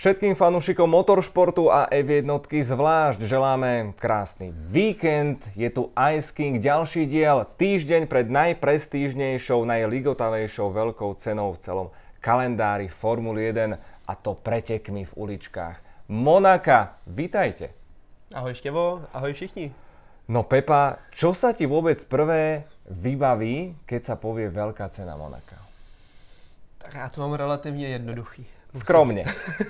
Všetkým fanúšikom motoršportu a F1 zvlášť želáme krásny víkend. Je tu Ice King, ďalší diel, týždeň pred najprestížnejšou, najligotavejšou veľkou cenou v celom kalendári Formuly 1, a to pretekmi v uličkách Monaka. Vítajte. Ahoj Števo, ahoj všichni. No Pepa, čo sa ti vôbec prvé vybaví, keď sa povie veľká cena Monaka? Tak já to mám relativně jednoduchý. Skromně.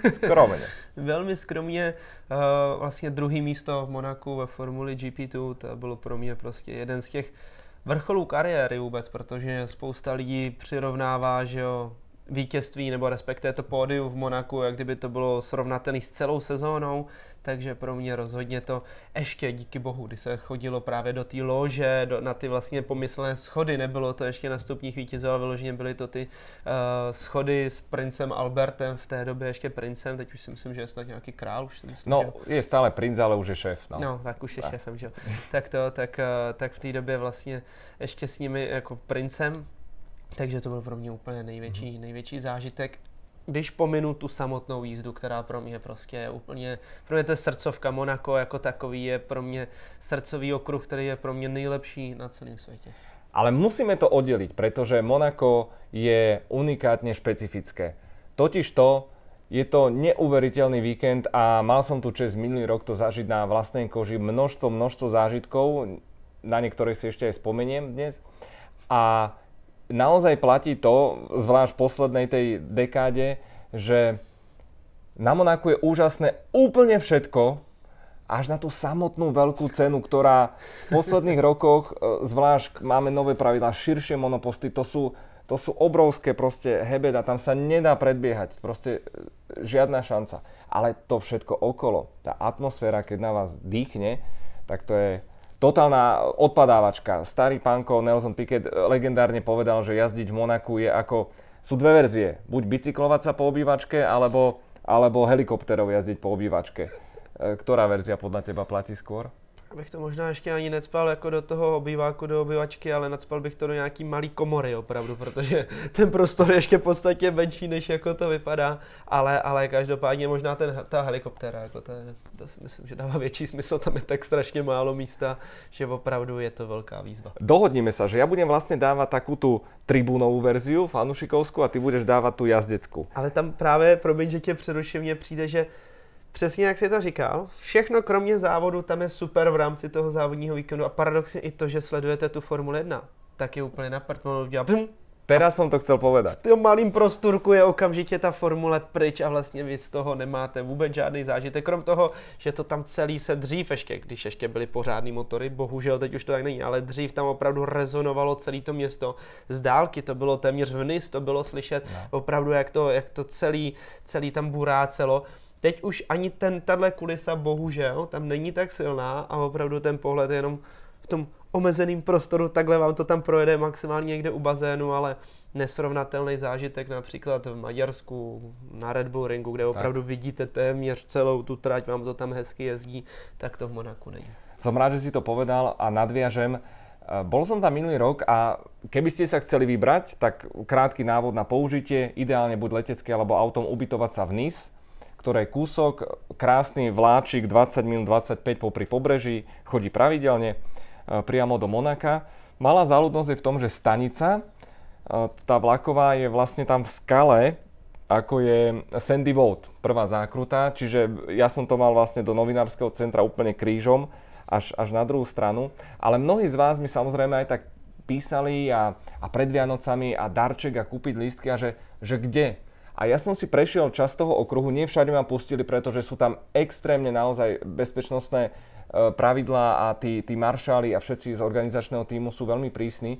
Velmi skromně. Vlastně druhý místo v Monaku ve Formuli GP2, to bylo pro mě prostě jeden z těch vrcholů kariéry vůbec, protože spousta lidí přirovnává, že jo, vítězství nebo respektive to pódium v Monaku, jak kdyby to bylo srovnatelné s celou sezónou, takže pro mě rozhodně to ještě díky bohu, kdy se chodilo právě do té lože, na ty vlastně pomyslné schody, nebylo to ještě na stupních vítězů, ale vyloženě byly to ty schody s princem Albertem, v té době ještě princem, teď už si myslím, že je snad nějaký král, už si myslím, no, že... je stále princ, ale už je šéf. No, tak už je šéfem, že? tak v té době vlastně ještě s nimi jako princem. Takže to byl pro mě úplně největší zážitek. Když pominu tu samotnou jízdu, která pro mě prostě je úplně, pro mě to je srdcovka. Monako jako takový je pro mě srdcový okruh, který je pro mě nejlepší na celém světě. Ale musíme to oddeliť, pretože Monako je unikátne špecifické. Totižto je to neuveriteľný víkend a mal som tu čest minulý rok to zažiť na vlastnej koži. Množstvo zážitkov, na niektoré si ešte aj spomeniem dnes. A naozaj platí to, zvlášť v poslednej tej dekáde, že na Monaku je úžasné úplne všetko, až na tú samotnú veľkú cenu, ktorá v posledných rokoch, zvlášť máme nové pravidlá, širšie monoposty, to sú obrovské proste hebed a tam sa nedá predbiehať, proste žiadna šanca. Ale to všetko okolo, tá atmosféra, keď na vás dýchne, tak to je totálna odpadávačka. Starý pánko Nelson Piquet legendárne povedal, že jazdiť v Monaku je ako... Sú dve verzie. Buď bicyklovať sa po obývačke, alebo helikopterov jazdiť po obývačke. Ktorá verzia podľa teba platí skôr? Abych to možná ještě ani necpal jako do toho obýváku, do obývačky, ale nacpal bych to do nějaký malý komory opravdu, protože ten prostor je ještě v podstatě menší, než jako to vypadá, ale každopádně možná ta helikoptéra, jako to si myslím, že dává větší smysl, tam je tak strašně málo místa, že opravdu je to velká výzva. Dohodníme sa, že ja budem vlastne dávať takú tú tribúnovú verziu, fanušikovskú, a ty budeš dávať tú jazdeckú. Ale tam právě, promiň, že tě přeruším, mně přijde, že přesně jak jsi to říkal, všechno kromě závodu tam je super v rámci toho závodního víkendu a paradoxně i to, že sledujete tu Formule 1, tak je úplně na prd. Teraz som to chcel povedať. V tom malým prostorku je okamžitě ta formule pryč a vlastně vy z toho nemáte vůbec žádný zážitek, krom toho, že to tam celý se dřív ještě, když ještě byly pořádný motory, bohužel teď už to tak není, ale dřív tam opravdu rezonovalo celé to město. Z dálky to bylo téměř vniz, to bylo slyšet opravdu, jak to celý tam burácelo. Teď už ani tahle kulisa bohužel tam není tak silná a opravdu ten pohled je jenom v tom omezeném prostoru, takhle vám to tam projede maximálně někde u bazénu, ale nesrovnatelný zážitek například v Maďarsku na Red Bull Ringu, kde opravdu vidíte téměř celou tu trať, vám to tam hezky jezdí, tak to v Monaku není. Som rád, že si to povedal a nadviažem. Bol som tam minulý rok a keby ste sa chceli vybrať, tak krátky návod na použitie, ideálne buď letecké alebo autom ubytovať sa v Nice, ktoré je kúsok, krásny vláčik, 20 minút 25 popri pobreží, chodí pravidelne priamo do Monaka. Malá záľudnosť je v tom, že stanica, tá vlaková, je vlastne tam v skale, ako je Sandy Vault, prvá zákruta, čiže ja som to mal vlastne do novinárskeho centra úplne krížom, až na druhú stranu. Ale mnohí z vás mi samozrejme aj tak písali a pred Vianocami a darček a kúpiť lístky a že kde? A ja som si prešiel časť toho okruhu, nie všade ma pustili, pretože sú tam extrémne naozaj bezpečnostné pravidlá a tí maršáli a všetci z organizačného tímu sú veľmi prísni.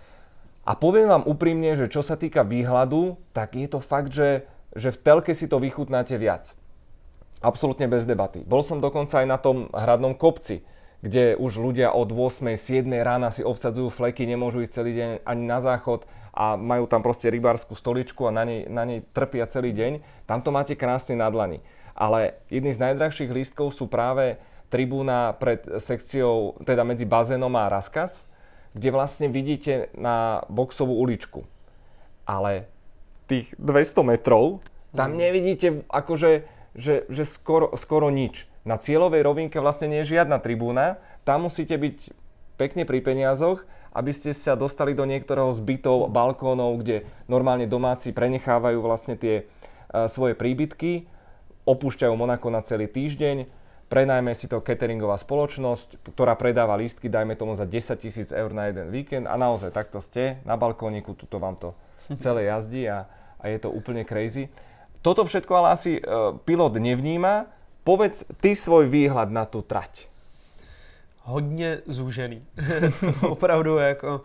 A poviem vám úprimne, že čo sa týka výhľadu, tak je to fakt, že v telke si to vychutnáte viac. Absolútne bez debaty. Bol som dokonca aj na tom hradnom kopci, kde už ľudia od 8. 7. rána si obsadzujú fleky, nemôžu ísť celý deň ani na záchod a majú tam proste rybárskú stoličku a na nej trpia celý deň. Tam to máte krásne na dlani. Ale jedný z najdrahších lístkov sú práve tribúna pred sekciou, teda medzi bazénom a Raskas, kde vlastne vidíte na boxovú uličku. Ale tých 200 metrov tam nevidíte akože že skoro nič. Na cieľovej rovinke vlastne nie je žiadna tribúna, tam musíte byť pekne pri peniazoch, aby ste sa dostali do niektorého z bytov, balkónov, kde normálne domáci prenechávajú vlastne tie svoje príbytky, opúšťajú Monako na celý týždeň, prenajme si to cateringová spoločnosť, ktorá predáva lístky, dajme tomu za 10 000 eur na jeden víkend a naozaj takto ste na balkóniku, tuto vám to celé jazdí a je to úplne crazy. Toto všetko ale asi pilot nevníma. Povedz ty svoj výhled na tu trať. Hodně zúžený. Opravdu jako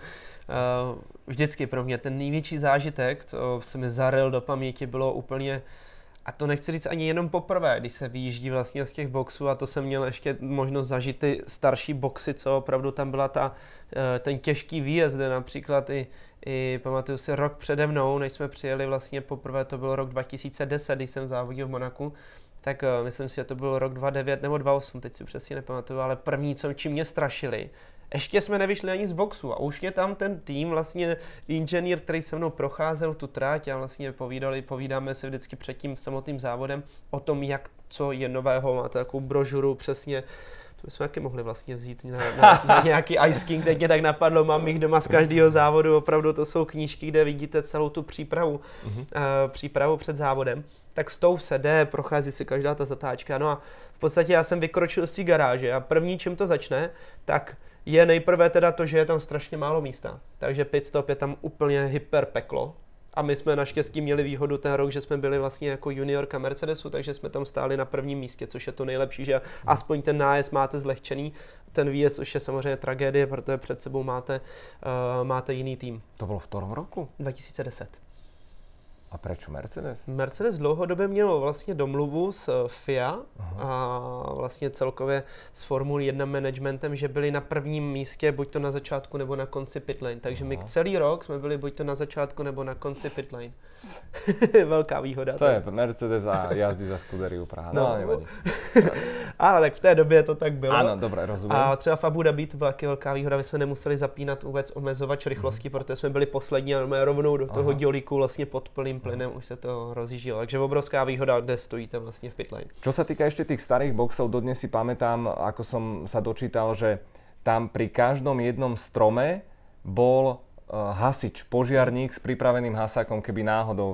vždycky pro mě ten největší zážitek, co se mi zaryl do paměti, bylo úplně, a to nechci říct ani jenom poprvé, když se vyjíždí vlastně z těch boxů, a to jsem měl ještě možnost zažít ty starší boxy, co opravdu tam byla ten těžký výjezd, například i pamatuju si rok přede mnou, než jsme přijeli vlastně poprvé, to byl rok 2010, když jsem závodil v Monaku, tak myslím si, že to byl rok 2009 nebo 2008, teď si přesně nepamatuju, ale první, čím mě strašili, ještě jsme nevyšli ani z boxu a už mě tam ten tým, vlastně inženýr, který se mnou procházel tu trať a vlastně povídáme si vždycky před tím samotným závodem o tom, jak co je nového, máte takovou brožuru přesně. To bychom taky mohli vlastně vzít na nějaký Ice King, teď mě tak napadlo, mám jich doma z každého závodu, opravdu to jsou knížky, kde vidíte celou tu přípravu před závodem. Tak s tou se jde, prochází si každá ta zatáčka, no a v podstatě já jsem vykročil z té garáže a první, čím to začne, tak je nejprve teda to, že je tam strašně málo místa, takže pit stop je tam úplně hyper peklo. A my jsme naštěstí měli výhodu ten rok, že jsme byli vlastně jako juniorka Mercedesu, takže jsme tam stáli na prvním místě, což je to nejlepší, že aspoň ten nájezd máte zlehčený. Ten výjezd už je samozřejmě tragédie, protože před sebou máte jiný tým. To bylo v ktorom roku? 2010. A prečo Mercedes? Mercedes dlouhodobě mělo vlastně domluvu s FIA a vlastně celkově s Formule 1 managementem, že byli na prvním místě buď to na začátku nebo na konci pitlane. Takže my celý rok jsme byli buď to na začátku nebo na konci pitlane. Velká výhoda. To je Mercedes a jazdí za Scuderiu Praha. No, nevadí. Ale tak v té době to tak bylo. Ano, dobré, rozumím. A třeba v Abu Dhabi to byla velká výhoda, my jsme nemuseli zapínat vůbec omezovač rychlosti, protože jsme byli poslední a rovnou do toho dělíku vlastně pod plným plynem už se to rozjíždělo. Takže obrovská výhoda, kde stojíte vlastně v pitlane. Čo sa týka ešte tých starých boxov, dodnes si pamätám, ako som sa dočítal, že tam pri každom jednom strome bol hasič, požiarník s pripraveným hasákom, keby náhodou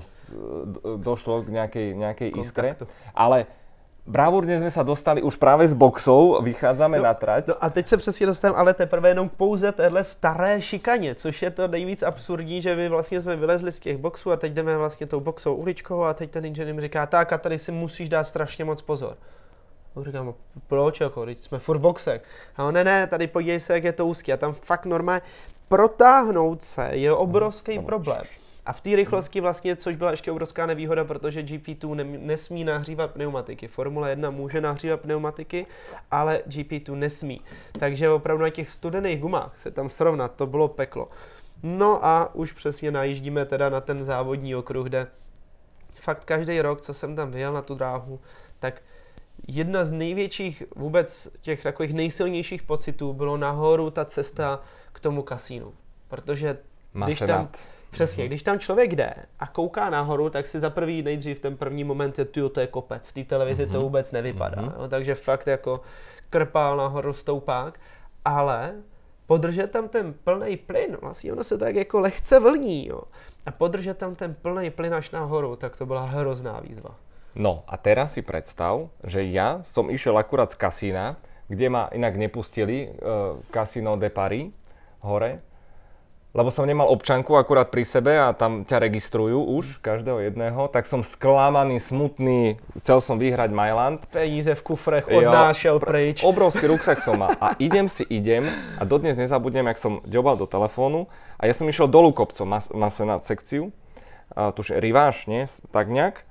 došlo k nejakej iskre. Ale bravúrne sme sa dostali už práve z boxov, vychádzame na trať. No a teď se přesně dostaneme, ale teprve jenom pouze téhle staré šikaně, což je to nejvíc absurdní, že my vlastně jsme vylezli z těch boxů a teď jdeme vlastně tou boxovou uličkou a teď ten inženýr mi říká, tak a tady si musíš dát strašně moc pozor. A říkám, proč, jako, teď jsme furt boxek. A on, ne, tady podívej se, jak je to úzký. A tam fakt normálně protáhnout se je obrovský problém. A v té rychlosti vlastně, což byla ještě obrovská nevýhoda, protože GP2 nesmí nahřívat pneumatiky. Formule 1 může nahřívat pneumatiky, ale GP2 nesmí. Takže opravdu na těch studených gumách se tam srovnat, to bylo peklo. No a už přesně najíždíme teda na ten závodní okruh, kde fakt každý rok, co jsem tam vyjel na tu dráhu, tak jedna z největších vůbec těch takových nejsilnějších pocitů bylo nahoru ta cesta k tomu kasínu. Protože když tam, přesně, když tam člověk jde a kouká nahoru, tak si za prvý nejdřív ten první moment je, to je kopec. V té televizi to vůbec nevypadá. Jo? Takže fakt jako krpál nahoru stoupák, ale podržet tam ten plný plyn, vlastně ono se tak jako lehce vlní, jo? A podržet tam ten plný plyn až nahoru, tak to byla hrozná výzva. No a teraz si predstav, že ja som išiel akurát z kasína, kde ma inak nepustili, Casino de Paris, hore, lebo som nemal občanku akurát pri sebe a tam ťa registrujú už, každého jedného, tak som sklamaný, smutný, chcel som vyhrať Mailand. Peníze v kufrech odnášel pryč. Obrovský ruksak som mal a idem a dodnes nezabudnem, jak som ďobal do telefónu a ja som išiel dolu kopcom, má sa na sekciu, tuž riváš, nie? Tak nejak.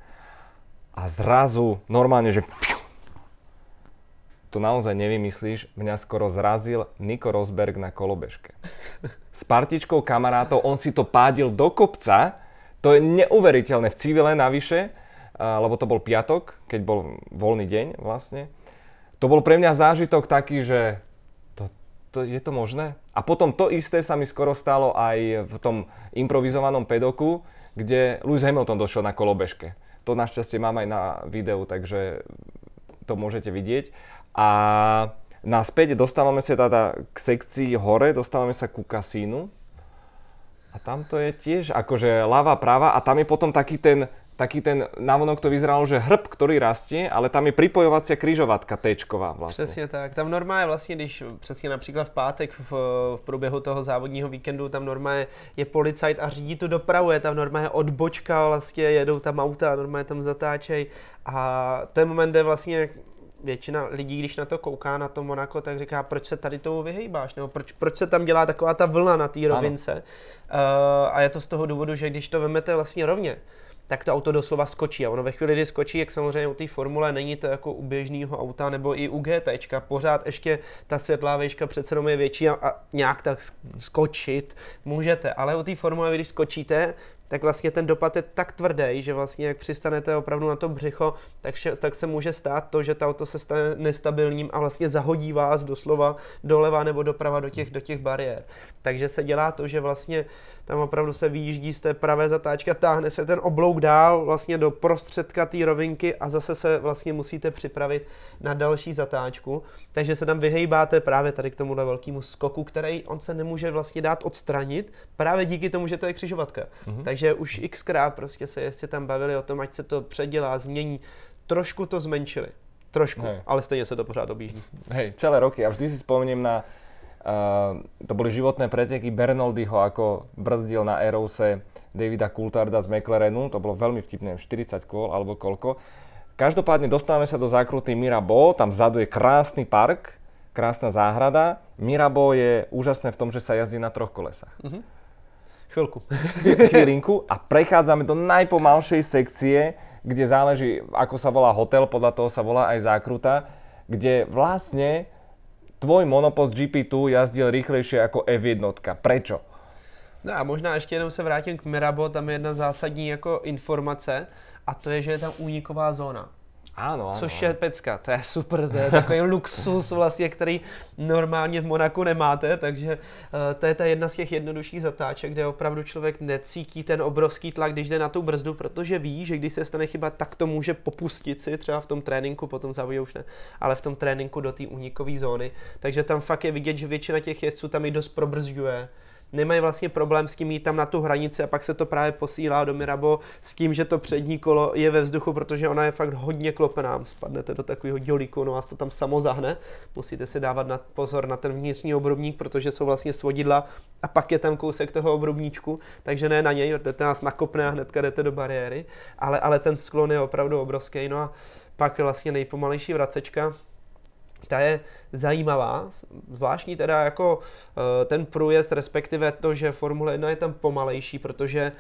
A zrazu, normálne, že to naozaj nevymyslíš, mňa skoro zrazil Nico Rosberg na kolobežke. S partičkou kamarátov, on si to pádil do kopca, to je neuveriteľné, v civile navyše, lebo to bol piatok, keď bol voľný deň vlastne. To bol pre mňa zážitok taký, že je to možné? A potom to isté sa mi skoro stalo aj v tom improvizovanom pedoku, kde Lewis Hamilton došiel na kolobežke. To našťastie mám aj na videu, takže to môžete vidieť. A naspäť dostávame sa teda k sekcii hore, dostávame sa ku kasínu. A tam to je tiež akože ľava, práva a tam je potom taký ten návonok to vyzeralo, že hrb, ktorý rastie, ale tam je pripojovacia križovatka T-čková vlastně. Přesně tak. Tam normálně vlastně, když přesně například v pátek v průběhu toho závodního víkendu, tam normálně je policajt a řídí tu dopravu, je tam normálně odbočka, vlastně jedou tam auta, normálně tam zatáčejí a to je moment, kde vlastně většina lidí, když na to kouká, na to Monako, tak říká, proč se tady tomu vyhejbáš, nebo proč se tam dělá taková ta vlna na té rovince. A je to z toho důvodu, že když to vemete vlastně rovně, tak to auto doslova skočí. A ono ve chvíli, kdy skočí, jak samozřejmě u té formule není to jako u běžného auta nebo i u GTčka. Pořád ještě ta světlá výška přece jenom je větší a nějak tak skočit můžete. Ale u té formule, když skočíte, tak vlastně ten dopad je tak tvrdý, že vlastně jak přistanete opravdu na to břicho, tak se může stát to, že to auto se stane nestabilním a vlastně zahodí vás doslova doleva nebo doprava do těch bariér. Takže se dělá to, že vlastně tam opravdu se vyjíždí z té pravé zatáčky, táhne se ten oblouk dál vlastně do prostředka té rovinky a zase se vlastně musíte připravit na další zatáčku. Takže se tam vyhejbáte právě tady k tomuhle velkému skoku, který on se nemůže vlastně dát odstranit, právě díky tomu, že to je křižovatka. Takže už xkrát prostě se jezdci tam bavili o tom, ať se to předělá, změní, trošku to zmenšili. Trošku, ale stejně se to pořád objíždí. Hej, celé roky. A vždy si spomeniem na to boli životné preteky Bernoldiho, ako brzdil na Aerose Davida Coultharda z McLarenu. To bolo veľmi vtipné, 40 kôl alebo koľko. Každopádne dostávame sa do zákruty Mirabeau, tam vzadu je krásny park, krásna záhrada. Mirabeau je úžasné v tom, že sa jazdí na 3 kolesách. Chvílinku a prechádzame do najpomalšej sekcie, kde záleží, ako sa volá hotel, podľa toho sa volá aj zákruta, kde vlastne tvoj monopost GP2 jazdil rýchlejšie ako F1. Prečo? No a možná ještě jenom se vrátím k Mirabeau, tam je jedna zásadní jako informace a to je, že je tam úniková zóna. Áno. Což je pecka, to je super, to je takový luxus vlastně, který normálně v Monaku nemáte, takže to je ta jedna z těch jednodušších zatáček, kde opravdu člověk necítí ten obrovský tlak, když jde na tu brzdu, protože ví, že když se stane chyba, tak to může popustit si třeba v tom tréninku, potom závodě už ne, ale v tom tréninku do té únikové zóny, takže tam fakt je vidět, že většina těch jezdců tam i dost probrzďuje. Nemají vlastně problém s tím jít tam na tu hranici a pak se to právě posílá do Mirabeau s tím, že to přední kolo je ve vzduchu, protože ona je fakt hodně klopená. Spadnete do takového dělíku, no vás to tam samo zahne. Musíte si dávat pozor na ten vnitřní obrubník, protože jsou vlastně svodidla a pak je tam kousek toho obrubníčku, takže ne na něj, protože nás nakopne a hnedka jdete do bariéry, ale ten sklon je opravdu obrovský. No a pak vlastně nejpomalejší vracečka, ta je zajímavá, zvláštní teda jako ten průjezd, respektive to, že Formule 1 je tam pomalejší, protože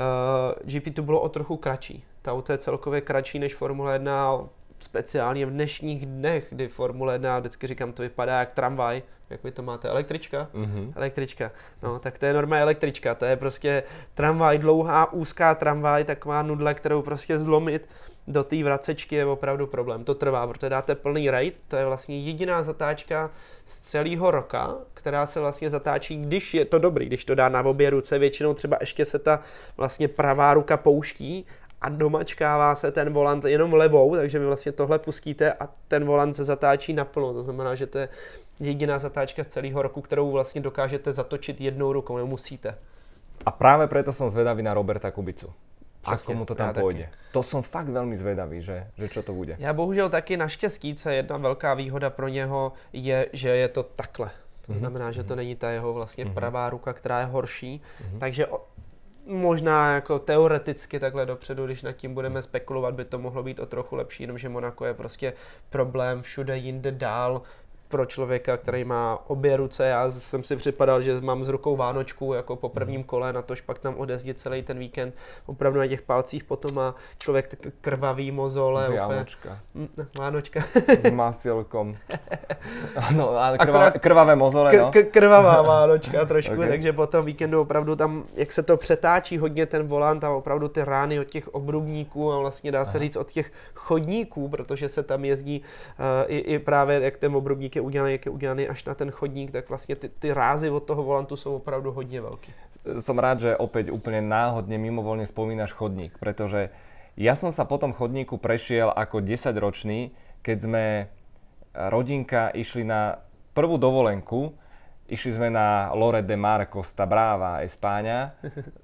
GP2 bylo o trochu kratší. Ta auto je celkově kratší než Formule 1, speciálně v dnešních dnech, kdy Formule 1, vždycky říkám, to vypadá jak tramvaj, jak vy to máte, električka? Električka, no tak to je normální električka, to je prostě tramvaj, dlouhá, úzká tramvaj, taková nudle, kterou prostě zlomit do té vracečky je opravdu problém. To trvá, protože dáte plný raid, to je vlastně jediná zatáčka z celého roka, která se vlastně zatáčí, když je to dobrý, když to dá na obě ruce, většinou třeba ještě se ta vlastně pravá ruka pouští a domačkává se ten volant jenom levou, takže vy vlastně tohle pustíte a ten volant se zatáčí naplno, to znamená, že to je jediná zatáčka z celého roku, kterou vlastně dokážete zatočit jednou rukou, nemusíte. A práve preto som zvedavý na Roberta Kubicu. Přesně, ako mu to tam pôjde. To som fakt veľmi zvedavý, že čo to bude. Já bohužel taky naštěstí, co je jedna velká výhoda pro něho, je, že je to takhle. To znamená, že to není ta jeho vlastně pravá ruka, která je horší. Takže možná jako teoreticky takhle dopředu, když nad tím budeme spekulovat, by to mohlo být o trochu lepší, jenomže Monako je prostě problém všude jinde dál. Pro člověka, který má obě ruce, já jsem si připadal, že mám s rukou vánočku jako po prvním kole, na tož pak tam odezdit celý ten víkend. Opravdu na těch palcích potom má člověk krvavý mozole. Vánočka. Vánočka. S másielkom. No, ale krvavé mozole, no. Krvavá vánočka trošku, okay. Takže po tom víkendu opravdu tam, jak se to přetáčí hodně ten volant a opravdu ty rány od těch obrubníků a vlastně dá se říct od těch chodníků, protože se tam jezdí i právě jak ten obrubník je jak je udělaný až na ten chodník, tak vlastně ty rázy od toho volantu jsou opravdu hodně velký. Som rád, že opäť úplne náhodne mimovoľne spomínaš chodník, pretože ja som sa po tom chodníku prešiel ako 10-ročný, keď sme rodinka išli na prvú dovolenku. Išli sme na Lloret de Mar, Costa Brava, Espáňa.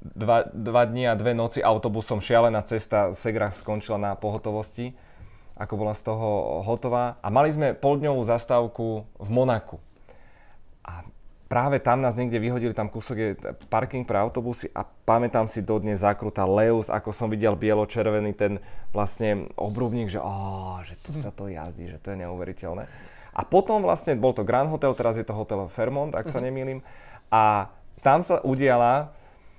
Dva dni a 2 noci autobusom, šialená cesta. Segra skončila na pohotovosti, ako bola z toho hotová. A mali sme poldňovú zastávku v Monaku. A práve tam nás niekde vyhodili, tam kúsok je parking pre autobusy a pamätám si dodnes zákruta Leus, ako som videl bielo-červený ten vlastne obrubník, že tu sa to jazdí, že to je neuveriteľné. A potom vlastne bol to Grand Hotel, teraz je to hotel Fairmont, ak sa nemýlim. A tam sa udiala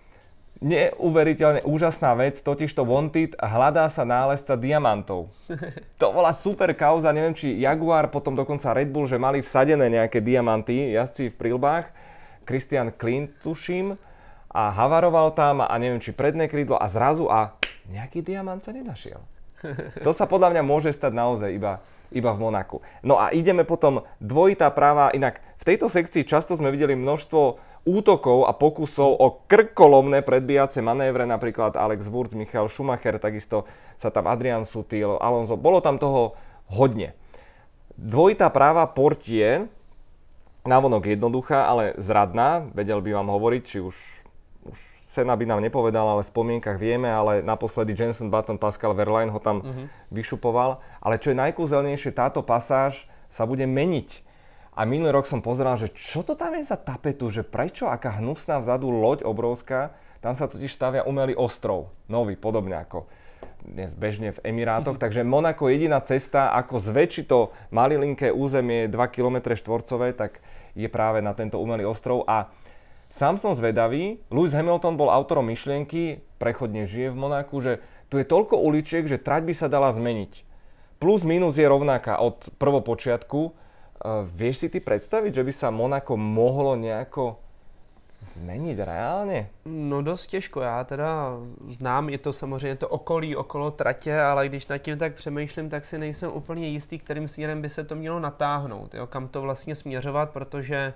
neuveriteľne úžasná vec, totižto Wanted hľadá sa nálezca diamantov. To bola super kauza, neviem či Jaguar, potom dokonca Red Bull, že mali vsadené nejaké diamanty, jazdci v prilbách. Christian Klint, tuším, a havaroval tam a neviem či predné krídlo a zrazu nejaký diamant sa nenašiel. To sa podľa mňa môže stať naozaj iba v Monaku. No a ideme potom dvojitá práva. Inak v tejto sekcii často sme videli množstvo útokov a pokusov o krkolomné predbíjace manévre, napríklad Alex Wurz, Michael Schumacher, takisto sa tam Adrian Sutil, Alonso, bolo tam toho hodne. Dvojitá práva Portier, návonok jednoduchá, ale zradná, vedel by vám hovoriť, či už Senna by nám nepovedal, ale v spomienkach vieme, ale naposledy Jenson Button, Pascal Wehrlein ho tam vyšupoval. Ale čo je najkúzelnejšie, táto pasáž sa bude meniť. A minulý rok som pozeral, že čo to tam je za tapetu, že prečo, aká hnusná vzadu loď obrovská, tam sa totiž stavia umelý ostrov, nový, podobne ako dnes bežne v Emirátoch. Takže Monako je jediná cesta, ako zväčšiť to malilinké územie 2 km štvorcové, tak je práve na tento umelý ostrov. A sám som zvedavý, Lewis Hamilton bol autorom myšlienky, prechodne žije v Monaku, že tu je toľko uličiek, že trať by sa dala zmeniť. Plus minus je rovnaká od prvopočiatku. Vieš si ty predstaviť, že by sa Monako mohlo nejako zmeniť reálne? No dost těžko, já teda znám, je to samozřejmě to okolí okolo tratě, ale když nad tím tak přemýšlím, tak si nejsem úplně jistý, kterým směrem by se to mělo natáhnout, jo, kam to vlastně směřovat, protože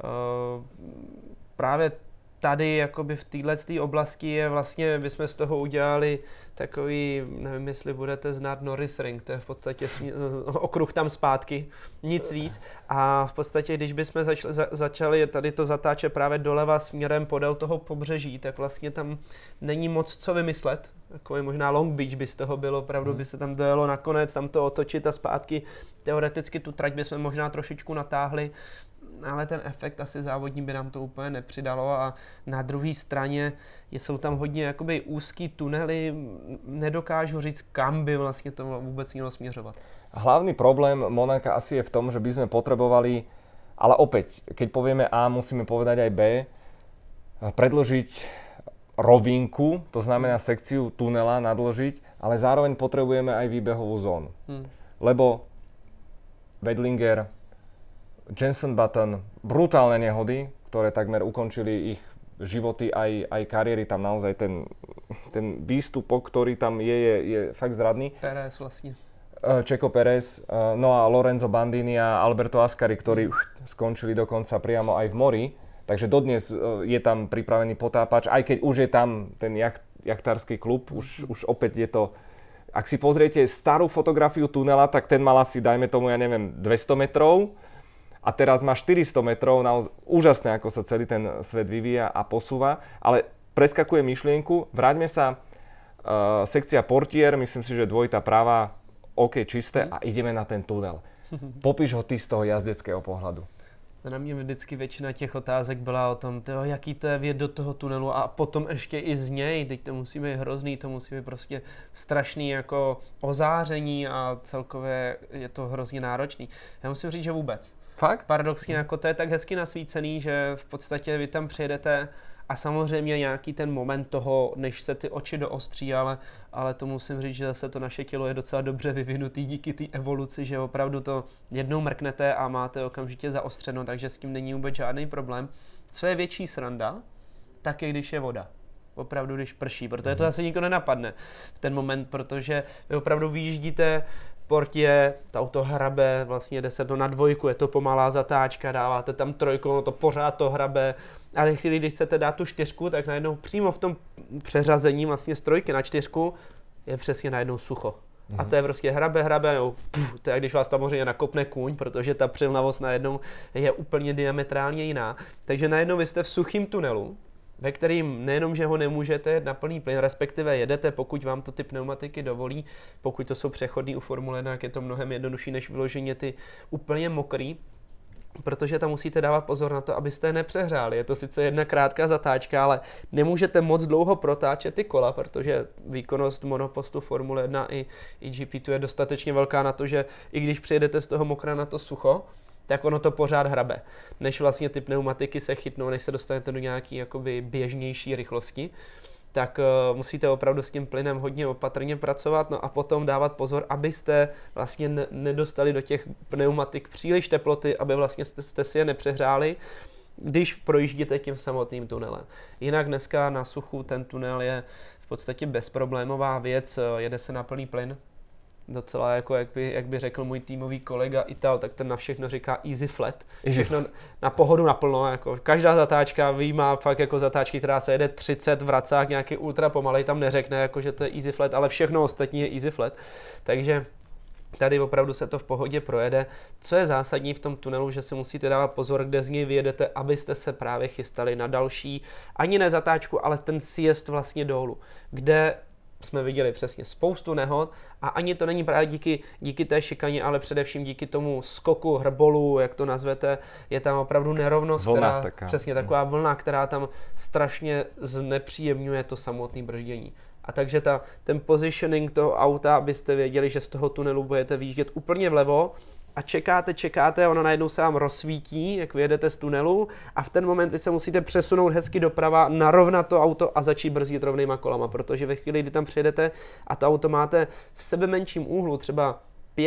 právě tady jakoby v této oblasti je vlastně, bychom z toho udělali takový, nevím, jestli budete znát Norris Ring, to je v podstatě okruh tam zpátky, nic víc. A v podstatě, když bychom začali tady to zatáčet právě doleva směrem podél toho pobřeží, tak vlastně tam není moc co vymyslet. Takový možná Long Beach by z toho bylo, opravdu by se tam dojelo nakonec, tam to otočit a zpátky. Teoreticky tu trať bychom možná trošičku natáhli, ale ten efekt asi závodní by nám to úplně nepřidalo a na druhé straně jsou tam hodně jakoby úzký tunely, nedokážu říct, kam by vlastně to vůbec mělo směřovat. Hlavný problém Monaka asi je v tom, že by sme potrebovali, ale opäť, keď povieme A, musíme povedať aj B, predĺžiť rovinku, to znamená sekciu tunela nadĺžiť, ale zároveň potrebujeme aj výbehovú zónu. Lebo Wedlinger, Jenson Button, brutálne nehody, ktoré takmer ukončili ich životy aj kariéry, tam naozaj ten výstupok, ktorý tam je fakt zradný. Pérez vlastne. Checo Pérez, no a Lorenzo Bandini a Alberto Ascari, ktorí skončili dokonca priamo aj v mori. Takže dodnes je tam pripravený potápač, aj keď už je tam ten jachtársky klub, už opäť je to... Ak si pozriete starú fotografiu tunela, tak ten mal asi, dajme tomu, ja neviem, 200 metrov a teraz má 400 metrov, naozaj úžasné, ako sa celý ten svet vyvíja a posúva, ale preskakuje myšlienku, vráťme sa, sekcia Portier, myslím si, že dvojitá práva, OK, čisté a ideme na ten tunel. Popíš ho ty z toho jazdeckého pohľadu. Na mě vždycky většina těch otázek byla o tom, jaký to je vjet do toho tunelu a potom ještě i z něj, teď to musí být hrozný, to musí být prostě strašný jako ozáření a celkově je to hrozně náročný. Já musím říct, že vůbec. Fakt? Paradoxně, jako to je tak hezky nasvícený, že v podstatě vy tam přijedete a samozřejmě nějaký ten moment toho, než se ty oči doostří, ale to musím říct, že zase to naše tělo je docela dobře vyvinutý díky té evoluci, že opravdu to jednou mrknete a máte okamžitě zaostřeno, takže s tím není vůbec žádný problém. Co je větší sranda, tak je když je voda. Opravdu, když prší, protože to asi nikdo nenapadne v ten moment, protože vy opravdu vyjíždíte portě, to auto hrabe, vlastně jde se to na dvojku, je to pomalá zatáčka, dáváte tam trojku, no to pořád to hrabe, ale když chcete dát tu čtyřku, tak najednou přímo v tom přeřazení vlastně z trojky na čtyřku je přesně najednou sucho. A to je prostě hrabe, nebo to je, když vás samozřejmě nakopne kůň, protože ta přilnavost najednou je úplně diametrálně jiná. Takže najednou vy jste v suchém tunelu, ve kterým nejenom, že ho nemůžete jet na plný plyn, respektive jedete, pokud vám to ty pneumatiky dovolí, pokud to jsou přechodný u Formule 1, tak je to mnohem jednodušší, než vyloženě ty úplně mokrý, protože tam musíte dávat pozor na to, abyste je nepřehřáli. Je to sice jedna krátká zatáčka, ale nemůžete moc dlouho protáčet ty kola, protože výkonnost monopostu Formule 1 i GP2 je dostatečně velká na to, že i když přijedete z toho mokra na to sucho, tak ono to pořád hrabe. Než vlastně ty pneumatiky se chytnou, než se dostanete do nějaký jakoby běžnější rychlosti, tak musíte opravdu s tím plynem hodně opatrně pracovat, no a potom dávat pozor, abyste vlastně nedostali do těch pneumatik příliš teploty, aby vlastně jste si je nepřehřáli, když projíždíte tím samotným tunelem. Jinak dneska na suchu ten tunel je v podstatě bezproblémová věc, jede se na plný plyn. Docela jako, jak by řekl můj týmový kolega Ital, tak ten na všechno říká easy flat. Všechno na pohodu naplno, jako každá zatáčka vyjímá fakt jako zatáčky, která se jede 30, vracák nějaký ultra pomalej, tam neřekne, jako, že to je easy flat, ale všechno ostatní je easy flat. Takže tady opravdu se to v pohodě projede. Co je zásadní v tom tunelu, že si musíte dávat pozor, kde z něj vyjedete, abyste se právě chystali na další, ani ne zatáčku, ale ten sjezd vlastně dolů, kde jsme viděli přesně spoustu nehod a ani to není právě díky té šikaně, ale především díky tomu skoku hrbolu, jak to nazvete, je tam opravdu nerovnost, přesně taková vlna, která tam strašně znepříjemňuje to samotné brždění. A takže ten positioning toho auta, abyste věděli, že z toho tunelu budete výjíždět úplně vlevo a čekáte, ono najednou se vám rozsvítí, jak vyjedete z tunelu a v ten moment vy se musíte přesunout hezky doprava, narovnat to auto a začít brzdit rovnýma kolama, protože ve chvíli, kdy tam přijedete a to auto máte v sebe menším úhlu, třeba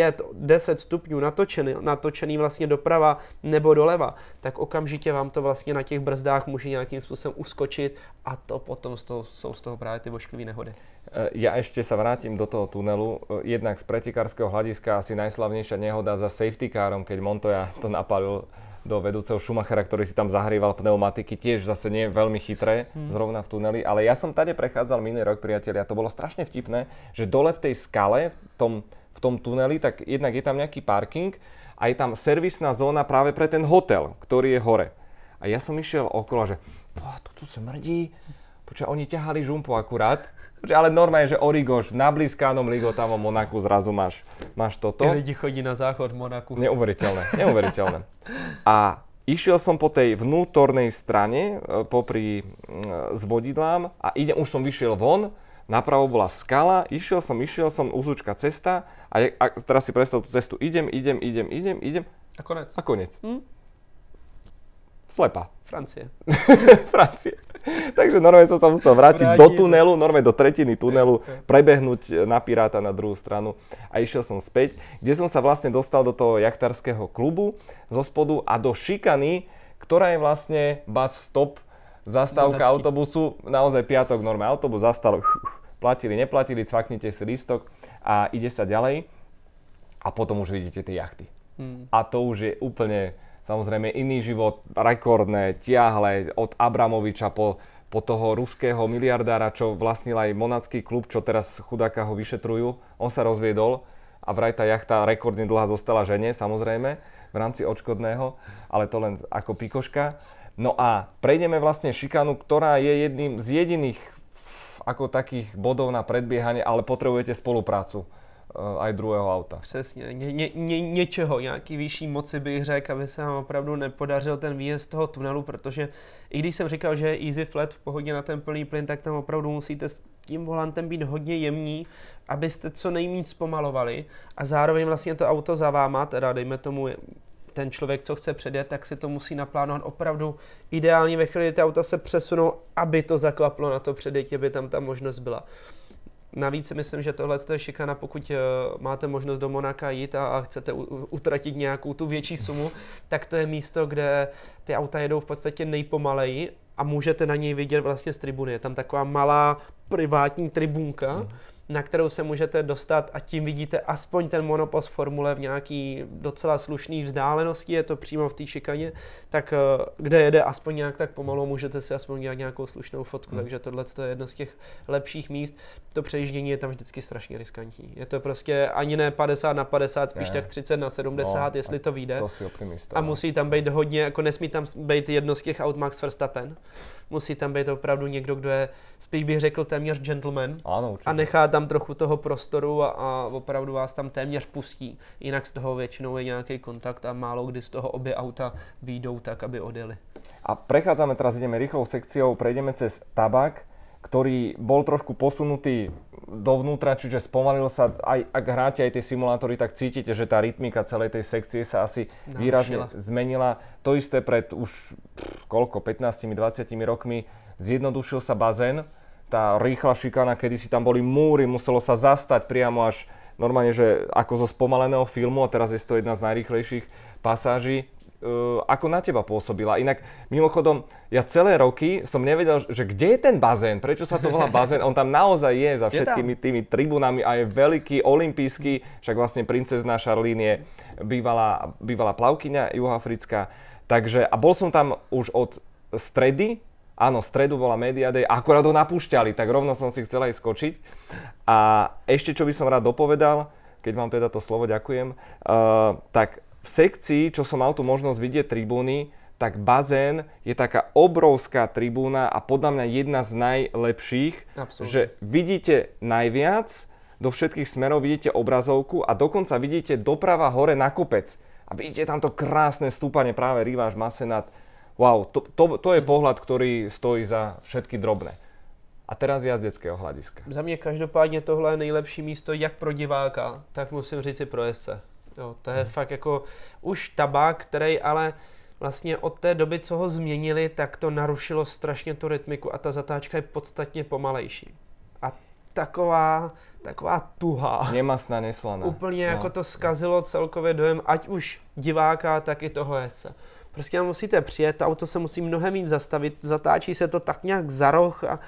5-10 stupňů natočený vlastně doprava nebo doleva, tak okamžitě vám to vlastně na těch brzdách může nějakým způsobem uskočit a to potom jsou z toho právě ty vošklivé nehody. Ja ešte sa vrátim do toho tunelu. Jednak z pretekárskeho hľadiska asi najslavnejšia nehoda za safety carom, keď Montoya to napadol do vedúceho Schumachera, ktorý si tam zahrieval pneumatiky, tiež zase nie veľmi chytré, zrovna v tuneli. Ale ja som tady prechádzal minulý rok, priatelia, to bolo strašne vtipné, že dole v tej skale, v tom tuneli, tak jednak je tam nejaký parking a je tam servisná zóna práve pre ten hotel, ktorý je hore. A ja som išiel okolo, že to tu sa mrdí, počkaj, oni ťahali žumpu akurát, ale normálne, že Origoš, v nablízkánom Ligotavom Monaku zrazu máš toto. Ty lidi chodí na záchod v Monaku. Neuveriteľné. A išiel som po tej vnútornej strane, popri s vodidlám a už som vyšiel von, napravo bola skala, išiel som, úzučka cesta a teraz si predstav tú cestu, idem. A konec. Slepa. Francie. Takže normálne som sa musel vrátiť do tunelu, normálne do tretiny tunelu, prebehnúť na Piráta na druhú stranu a išiel som späť, kde som sa vlastne dostal do toho jachtarského klubu zo spodu a do šikany, ktorá je vlastne bus stop, zastávka autobusu, naozaj piatok normálne autobus zastal, platili, neplatili, cvaknite si lístok a ide sa ďalej a potom už vidíte tie jachty. A to už je úplne samozrejme iný život, rekordné, tiahle od Abramoviča po toho ruského miliardára, čo vlastnil aj monacký klub, čo teraz chudáka ho vyšetrujú. On sa rozviedol a vraj tá jachta rekordne dlhá zostala žene, samozrejme, v rámci odškodného, ale to len ako pikoška. No a prejdeme vlastne šikanu, ktorá je jedným z jediných ako takých bodov na predbiehanie, ale potrebujete spoluprácu aj druhého auta. Přesně, něčeho, nějaký vyšší moci bych řekl, aby se vám opravdu nepodařil ten výjezd z toho tunelu, protože i když jsem říkal, že je easy flat v pohodě na ten plný plyn, tak tam opravdu musíte s tím volantem být hodně jemní, abyste co nejméně zpomalovali a zároveň vlastně to auto za váma, teda dejme tomu ten člověk, co chce předjet, tak si to musí naplánovat opravdu ideálně ve chvíli, kdy ty auta se přesunou, aby to zaklaplo na to předjetí, aby tam ta možnost byla. Navíc si myslím, že tohle je šikana, pokud máte možnost do Monaka jít a chcete utratit nějakou tu větší sumu, tak to je místo, kde ty auta jedou v podstatě nejpomaleji a můžete na něj vidět vlastně z tribuny. Je tam taková malá privátní tribunka, na kterou se můžete dostat a tím vidíte aspoň ten monopost formule v nějaký docela slušný vzdálenosti, je to přímo v té šikaně, tak kde jede aspoň nějak tak pomalu, můžete si aspoň dělat nějakou slušnou fotku, takže tohle je jedno z těch lepších míst. To přejíždění je tam vždycky strašně riskantní. Je to prostě ani ne 50/50, spíš tak 30/70, jestli to vyjde. To si optimista. A musí tam být hodně, jako nesmí tam být jedno z těch aut Max Verstappen. Musí tam být opravdu někdo, kdo je, spíš bych řekl, téměř gentleman. Ano, a nechá tam trochu toho prostoru a opravdu vás tam téměř pustí. Jinak z toho většinou je nějaký kontakt a málo kdy z toho obě auta výjdou tak, aby odjeli. A prechádzame teraz, ideme rýchlou sekciou, prejdeme cez tabak, ktorý bol trošku posunutý dovnútra, čiže spomalil sa, aj ak hráte aj tie simulátory, tak cítite, že tá rytmika celej tej sekcie sa asi výrazne zmenila. To isté pred už 15-20 rokmi zjednodušil sa bazén, tá rýchla šikana, kedy si tam boli múry, muselo sa zastať priamo až normálne, že ako zo spomaleného filmu, a teraz je to jedna z najrýchlejších pasáží. Ako na teba pôsobila? Inak, mimochodom, ja celé roky som nevedel, že kde je ten bazén, prečo sa to volá bazén. On tam naozaj je za všetkými tými tribunami a je veľký, olympijský, však vlastne princezná Charlene je bývalá plavkyňa juhoafrická. Takže, a bol som tam už od stredy, áno, stredu bola Media Day, akorát ho napúšťali, tak rovno som si chcel aj skočiť. A ešte, čo by som rád dopovedal, keď mám teda to slovo, ďakujem, tak v sekcii, čo som mal tu možnosť vidieť tribúny, tak bazén je taká obrovská tribúna a podľa mňa jedna z najlepších, že vidíte najviac, do všetkých smerov vidíte obrazovku a dokonca vidíte doprava hore na kopec. A vidíte tam to krásne stúpanie, práve Riváš Massenat. Wow, to je pohľad, ktorý stojí za všetky drobné. A teraz jazdeckého hlediska. Za mě každopádně tohle je nejlepší místo jak pro diváka, tak musím říct i pro jezdce. Jo, to je fakt jako už tabák, který ale vlastně od té doby, co ho změnili, tak to narušilo strašně tu rytmiku a ta zatáčka je podstatně pomalejší. A taková tuhá. Nemastná, neslaná. Úplně jako to zkazilo celkově dojem, ať už diváka, tak i toho jezdce. Prostě musíte přijet, auto se musí mnohem víc zastavit, zatáčí se to tak nějak za roh a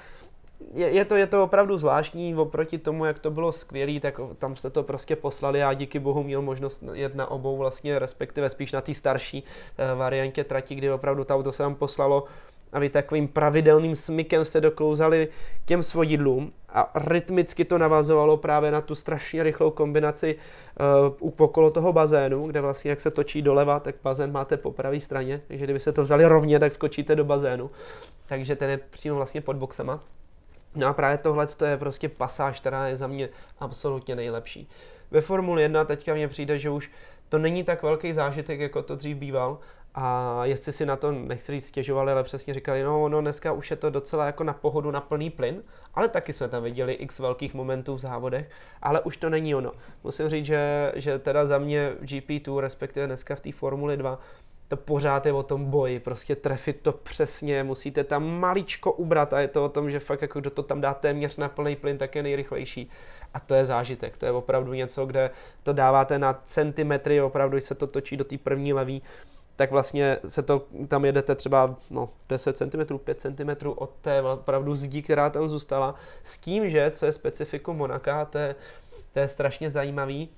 je to opravdu zvláštní oproti tomu, jak to bylo skvělý, tak tam jste to prostě poslali a díky bohu měl možnost jet na obou vlastně, respektive spíš na té starší variantě trati, kdy opravdu to auto se vám poslalo a vy takovým pravidelným smykem jste doklouzali k těm svodidlům a rytmicky to navazovalo právě na tu strašně rychlou kombinaci okolo toho bazénu, kde vlastně jak se točí doleva, tak bazén máte po pravé straně, takže kdybyste to vzali rovně, tak skočíte do bazénu, takže ten je přímo vlastně pod boxema. No a právě tohle je prostě pasáž, která je za mě absolutně nejlepší. Ve Formuli 1 teďka mně přijde, že už to není tak velký zážitek, jako to dřív býval. A jestli si na to, nechci říct, stěžovali, ale přesně říkali, no dneska už je to docela jako na pohodu, na plný plyn, ale taky jsme tam viděli x velkých momentů v závodech, ale už to není ono. Musím říct, že teda za mě GP2, respektive dneska v té Formuli 2, to pořád je o tom boji, prostě trefit to přesně, musíte tam maličko ubrat a je to o tom, že fakt jako kdo to tam dá téměř na plný plyn, tak je nejrychlejší. A to je zážitek, to je opravdu něco, kde to dáváte na centimetry, opravdu, když se to točí do té první levý, tak vlastně se to, tam jedete třeba 10 cm, 5 cm od té opravdu zdi, která tam zůstala, s tím, že, co je specifikum Monaka, to je strašně zajímavý,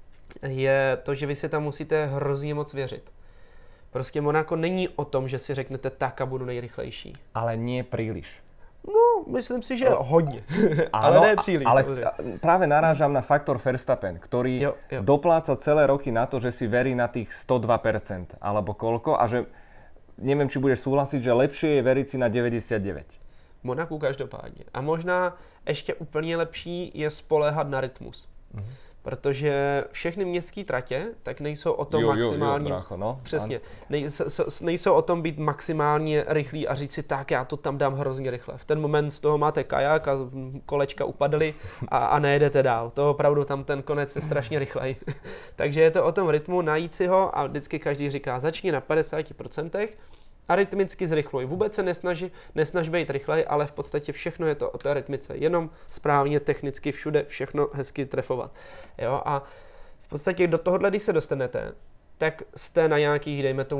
je to, že vy si tam musíte hrozně moc věřit. Prostě Monako není o tom, že si řeknete tak a budu nejrychlejší. Ale nie príliš. No, myslím si, že hodně, ale ne příliš. Ale práve narážam na faktor Verstappen, ktorý dopláca celé roky na to, že si verí na tých 102%, alebo koľko, a že neviem, či budeš súhlasiť, že lepšie je veriť si na 99%. Monaku každopádně. A možná ještě úplně lepší je spoléhat na rytmus. Protože všechny městské tratě tak nejsou o tom maximálně. Brácho, no. Přesně. Nejsou o tom být maximálně rychlý a říct si tak, já to tam dám hrozně rychle. V ten moment z toho máte kajak a kolečka upadly a nejedete dál. To opravdu tam ten konec je strašně rychlej. Takže je to o tom rytmu, najít si ho a vždycky každý říká, začni na 50% a rytmicky zrychluj. Vůbec se nesnaž být rychlej, ale v podstatě všechno je to o té rytmice. Jenom správně, technicky, všude všechno hezky trefovat. Jo? A v podstatě do tohohle, když se dostanete, tak jste na nějakých, dejme tomu,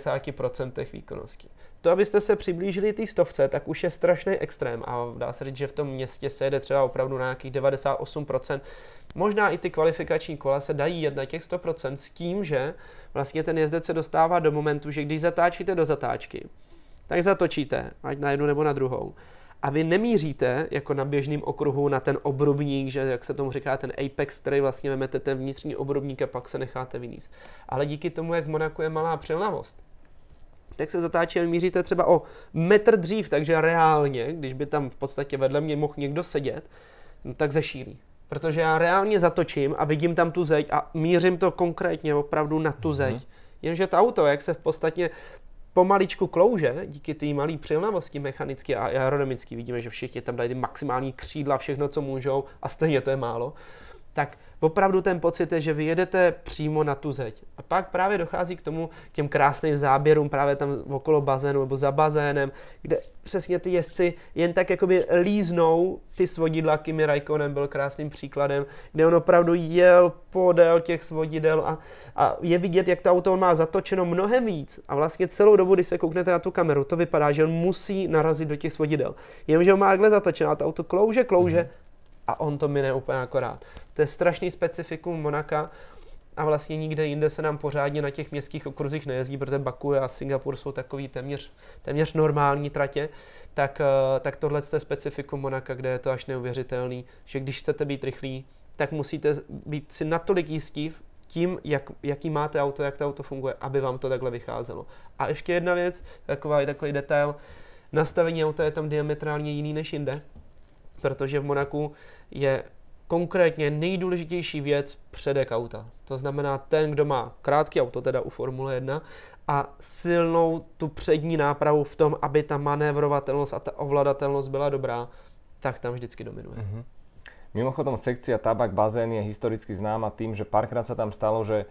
90% výkonnosti. To, abyste se přiblížili té 100, tak už je strašný extrém a dá se říct, že v tom městě se jede třeba opravdu na nějakých 98%. Možná i ty kvalifikační kola se dají jet na těch 100% s tím, že vlastně ten jezdec se dostává do momentu, že když zatáčíte do zatáčky, tak zatočíte, ať na jednu nebo na druhou. A vy nemíříte jako na běžném okruhu na ten obrubník, že jak se tomu říká ten apex, který vlastně vezmete ten vnitřní obrubník a pak se necháte vyníst. Ale díky tomu, jak v Monaku je malá přilnavost, tak se zatáčí a míříte třeba o metr dřív, takže reálně, když by tam v podstatě vedle mě mohl někdo sedět, no tak zešílí. Protože já reálně zatočím a vidím tam tu zeď a mířím to konkrétně opravdu na tu zeď. Jenže to auto, jak se v podstatě pomaličku klouže, díky té malé přilnavosti mechanicky a aerodynamicky, vidíme, že všichni tam dají ty maximální křídla, všechno, co můžou, a stejně to je málo, tak opravdu ten pocit je, že vy jedete přímo na tu zeď. A pak právě dochází k těm krásným záběrům právě tam okolo bazénu nebo za bazénem, kde přesně ty jezdci jen tak jakoby líznou ty svodidla. Kimi Räikkönen byl krásným příkladem, kde on opravdu jel podél těch svodidel a je vidět, jak to auto on má zatočeno mnohem víc. A vlastně celou dobu, když se kouknete na tu kameru, to vypadá, že on musí narazit do těch svodidel. Jenomže on má takhle zatočeno a to auto klouže, a on to mine úplně akorát. To je strašný specifikum Monaka a vlastně nikde jinde se nám pořádně na těch městských okruzích nejezdí, protože Baku a Singapur jsou takový téměř normální tratě, tak tohle je specifikum Monaka, kde je to až neuvěřitelný, že když chcete být rychlí, tak musíte být si natolik jistí tím, jaký máte auto, jak to auto funguje, aby vám to takhle vycházelo. A ještě jedna věc, takový detail, nastavení auta je tam diametrálně jiný než jinde, protože v Monaku je konkrétně nejdůležitější věc předek auta. To znamená ten, kdo má krátký auto, teda u Formule 1, a silnou tu přední nápravu v tom, aby ta manévrovatelnost a ta ovladatelnost byla dobrá, tak tam vždycky dominuje. Mm-hmm. Mimochodom, sekcia Tabak bazén je historicky známa tým, že párkrát sa tam stalo, že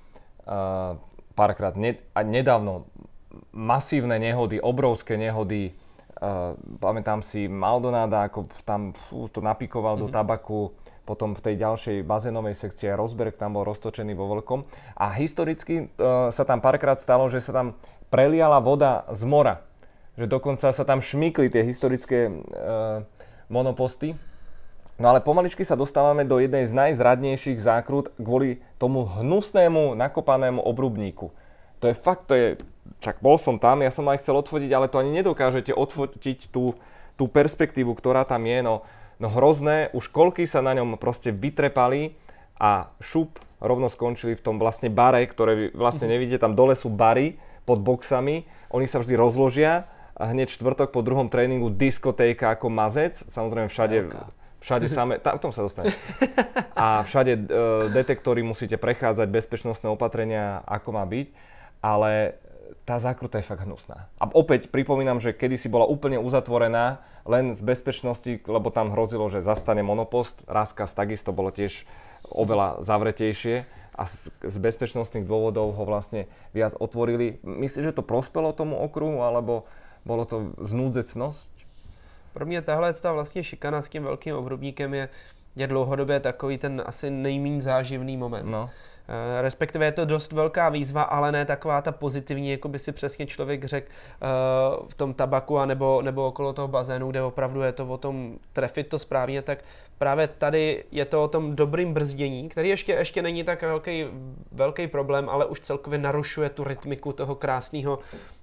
nedávno masívne nehody, obrovské nehody. Pamätám si Maldonada, ako tam to napikoval do tabaku, potom v tej ďalšej bazénovej sekcii Rosberg tam bol roztočený vo veľkom. A historicky sa tam párkrát stalo, že sa tam preliala voda z mora. Že dokonca sa tam šmykli tie historické monoposty. No ale pomaličky sa dostávame do jednej z najzradnejších zákrut kvôli tomu hnusnému nakopanému obrubníku. To je fakt, však bol som tam, ja som aj chcel odfotiť, ale to ani nedokážete odfotiť tú perspektívu, ktorá tam je, no hrozné, už koľky sa na ňom proste vytrepali a šup rovno skončili v tom vlastne bare, ktoré vy vlastne nevidíte, tam dole sú bary pod boxami, oni sa vždy rozložia a hneď štvrtok po druhom tréningu diskotéka ako mazec, samozrejme všade samé, tam sa dostane. A všade detektory musíte prechádzať, bezpečnostné opatrenia, ako má byť, ale tá zákruta je fakt hnusná. A opäť pripomínam, že kedysi bola úplne uzatvorená len z bezpečnosti, lebo tam hrozilo, že zastane monopost. Raskas takisto bolo tiež oveľa zavretejšie a z bezpečnostných dôvodov ho vlastne viac otvorili. Myslíš, že to prospelo tomu okruhu, alebo bolo to znúdzecnosť? Pro mě tahle vlastně šikana s tím velkým obrubníkem je dlouhodobě takový ten asi nejméně záživný moment. No. Respektive je to dost velká výzva, ale ne taková ta pozitivní, jako by si přesně člověk řekl v tom tabaku nebo okolo toho bazénu, kde opravdu je to o tom trefit to správně, tak právě tady je to o tom dobrým brzdění, který ještě není tak velký problém, ale už celkově narušuje tu rytmiku toho krásného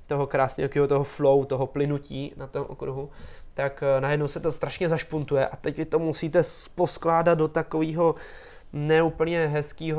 flow, toho plynutí na tom okruhu. Tak najednou se to strašně zašpuntuje a teď vy to musíte poskládat do takového neúplně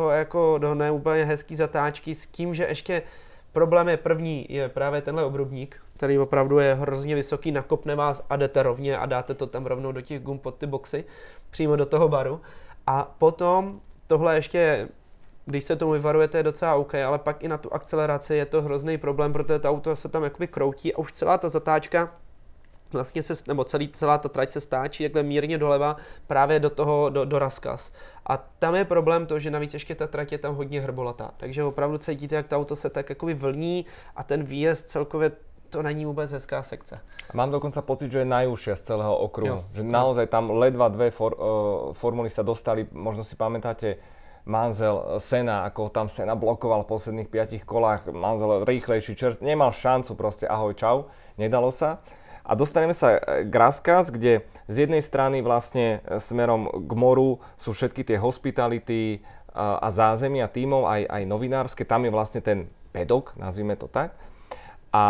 hezký zatáčky s tím, že ještě problém je první, je právě tenhle obrubník, který opravdu je hrozně vysoký, nakopne vás a jdete rovně a dáte to tam rovnou do těch gum pod ty boxy, přímo do toho baru. A potom tohle ještě, když se tomu vyvarujete, je docela OK, ale pak i na tu akceleraci je to hrozný problém, protože to auto se tam jakoby kroutí a už celá ta zatáčka vlastně celá ta trať se stáčí takhle mírně doleva právě do Raskas. A tam je problém to, že navíc ještě ta trať je tam hodně hrbolatá. Takže opravdu cítíte, jak to auto se tak jakoby vlní a ten výjezd celkově to není vůbec hezká sekce. A mám dokonca pocit, že je najúžšia z celého okruhu. Jo. Že naozaj tam ledva dve formuly sa dostali, možno si pamätáte Manzel Senna, ako tam Senna blokoval v posledných 5 kolách, Manzel rýchlejší čerst, nemal šancu proste, ahoj, čau, nedalo sa. A dostaneme sa k Raskas, kde z jednej strany vlastne smerom k moru sú všetky tie hospitality a zázemia tímov, aj novinárske, tam je vlastne ten pedok, nazvime to tak. A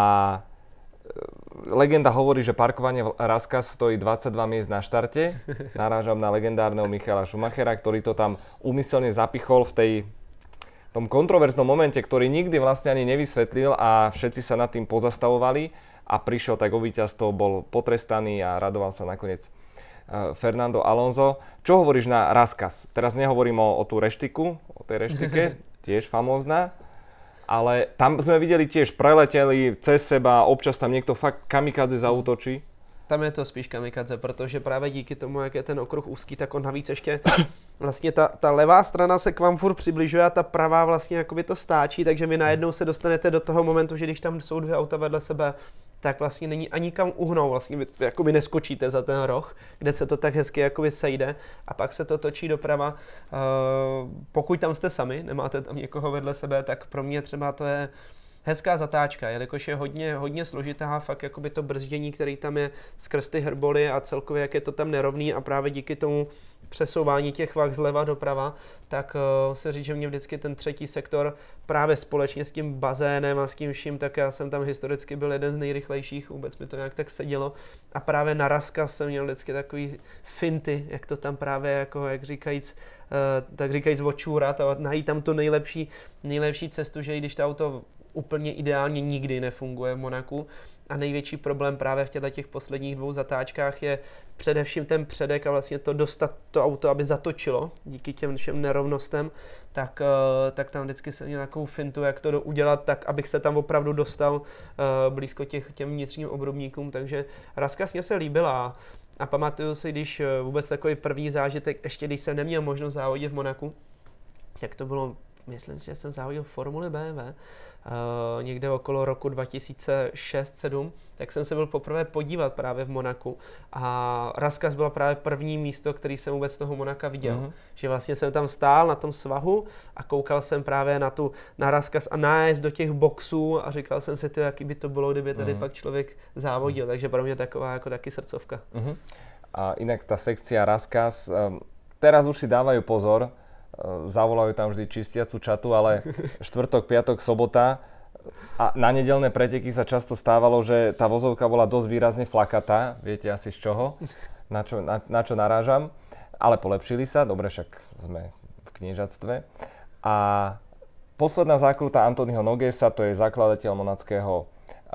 legenda hovorí, že parkovanie v Raskas stojí 22 miest na štarte. Narážam na legendárneho Michaela Schumachera, ktorý to tam úmyselne zapichol v tom kontroverznom momente, ktorý nikdy vlastne ani nevysvetlil a všetci sa nad tým pozastavovali a prišiel tak o víťazstvo, bol potrestaný a radoval sa nakoniec Fernando Alonso. Čo hovoríš na Raskas? Teraz nehovorím o tú reštiku, o tej reštike, tiež famózna, ale tam sme videli tiež preleteli cez seba, občas tam niekto fakt kamikadze zaútočí. Tam je to spíš kamikadze, protože právě díky tomu, jak je ten okruh úzký, tak on navíc ještě vlastně ta levá strana se k vám furt přibližuje a ta pravá vlastně jakoby to stáčí, takže vy najednou se dostanete do toho momentu, že když tam jsou 2 auta vedle sebe, tak vlastně není ani kam uhnout, vlastně vy jakoby neskočíte za ten roh, kde se to tak hezky jakoby sejde a pak se to točí doprava. Pokud tam jste sami, nemáte tam někoho vedle sebe, tak pro mě třeba to je hezká zatáčka, jelikož je hodně složitá, fakt jakoby to brzdění, který tam je skrz ty hrboly a celkově jak je to tam nerovný a právě díky tomu přesouvání těch vah zleva doprava, tak se říct, že mě vždycky ten třetí sektor právě společně s tím bazénem a s tím vším, tak já jsem tam historicky byl jeden z nejrychlejších, vůbec mi to nějak tak sedělo a právě na Raskas jsem měl vždycky takový finty, jak to tam právě jako, jak říkajíc, tak říkajíc odčůrat a najít tam tu nejlepší cestu, že i když to auto úplně ideálně nikdy nefunguje v Monaku. A největší problém právě v těch posledních 2 zatáčkách je především ten předek a vlastně to dostat to auto, aby zatočilo díky těm všem nerovnostem, tak tam vždycky jsem měl nějakou fintu, jak to udělat tak, abych se tam opravdu dostal blízko těm vnitřním obrubníkům, takže Raskas mě se líbila a pamatuju si, když vůbec takový první zážitek, ještě když jsem neměl možnost závodit v Monaku, jak to bylo, myslím si, že jsem závodil v Formuli BMW, někde okolo roku 2006-2007, tak jsem se byl poprvé podívat právě v Monaku a Raskas byla právě první místo, který jsem vůbec z toho Monaka viděl. Že vlastně jsem tam stál na tom svahu a koukal jsem právě na Raskas a nájezd do těch boxů a říkal jsem si, jaký by to bylo, kdyby tady pak člověk závodil, takže pro mě taková jako taky srdcovka. A inak tá sekcia Raskas, teraz už si dávajú pozor, zavolajú tam vždy čistiacu čatu, ale štvrtok, piatok, sobota a na nedeľné preteky sa často stávalo, že tá vozovka bola dosť výrazne flakatá, viete asi z čoho, na čo narážam, ale polepšili sa, dobre, však sme v kniežatstve. A posledná zákruta Anthonyho Nogesa, to je zakladateľ monackého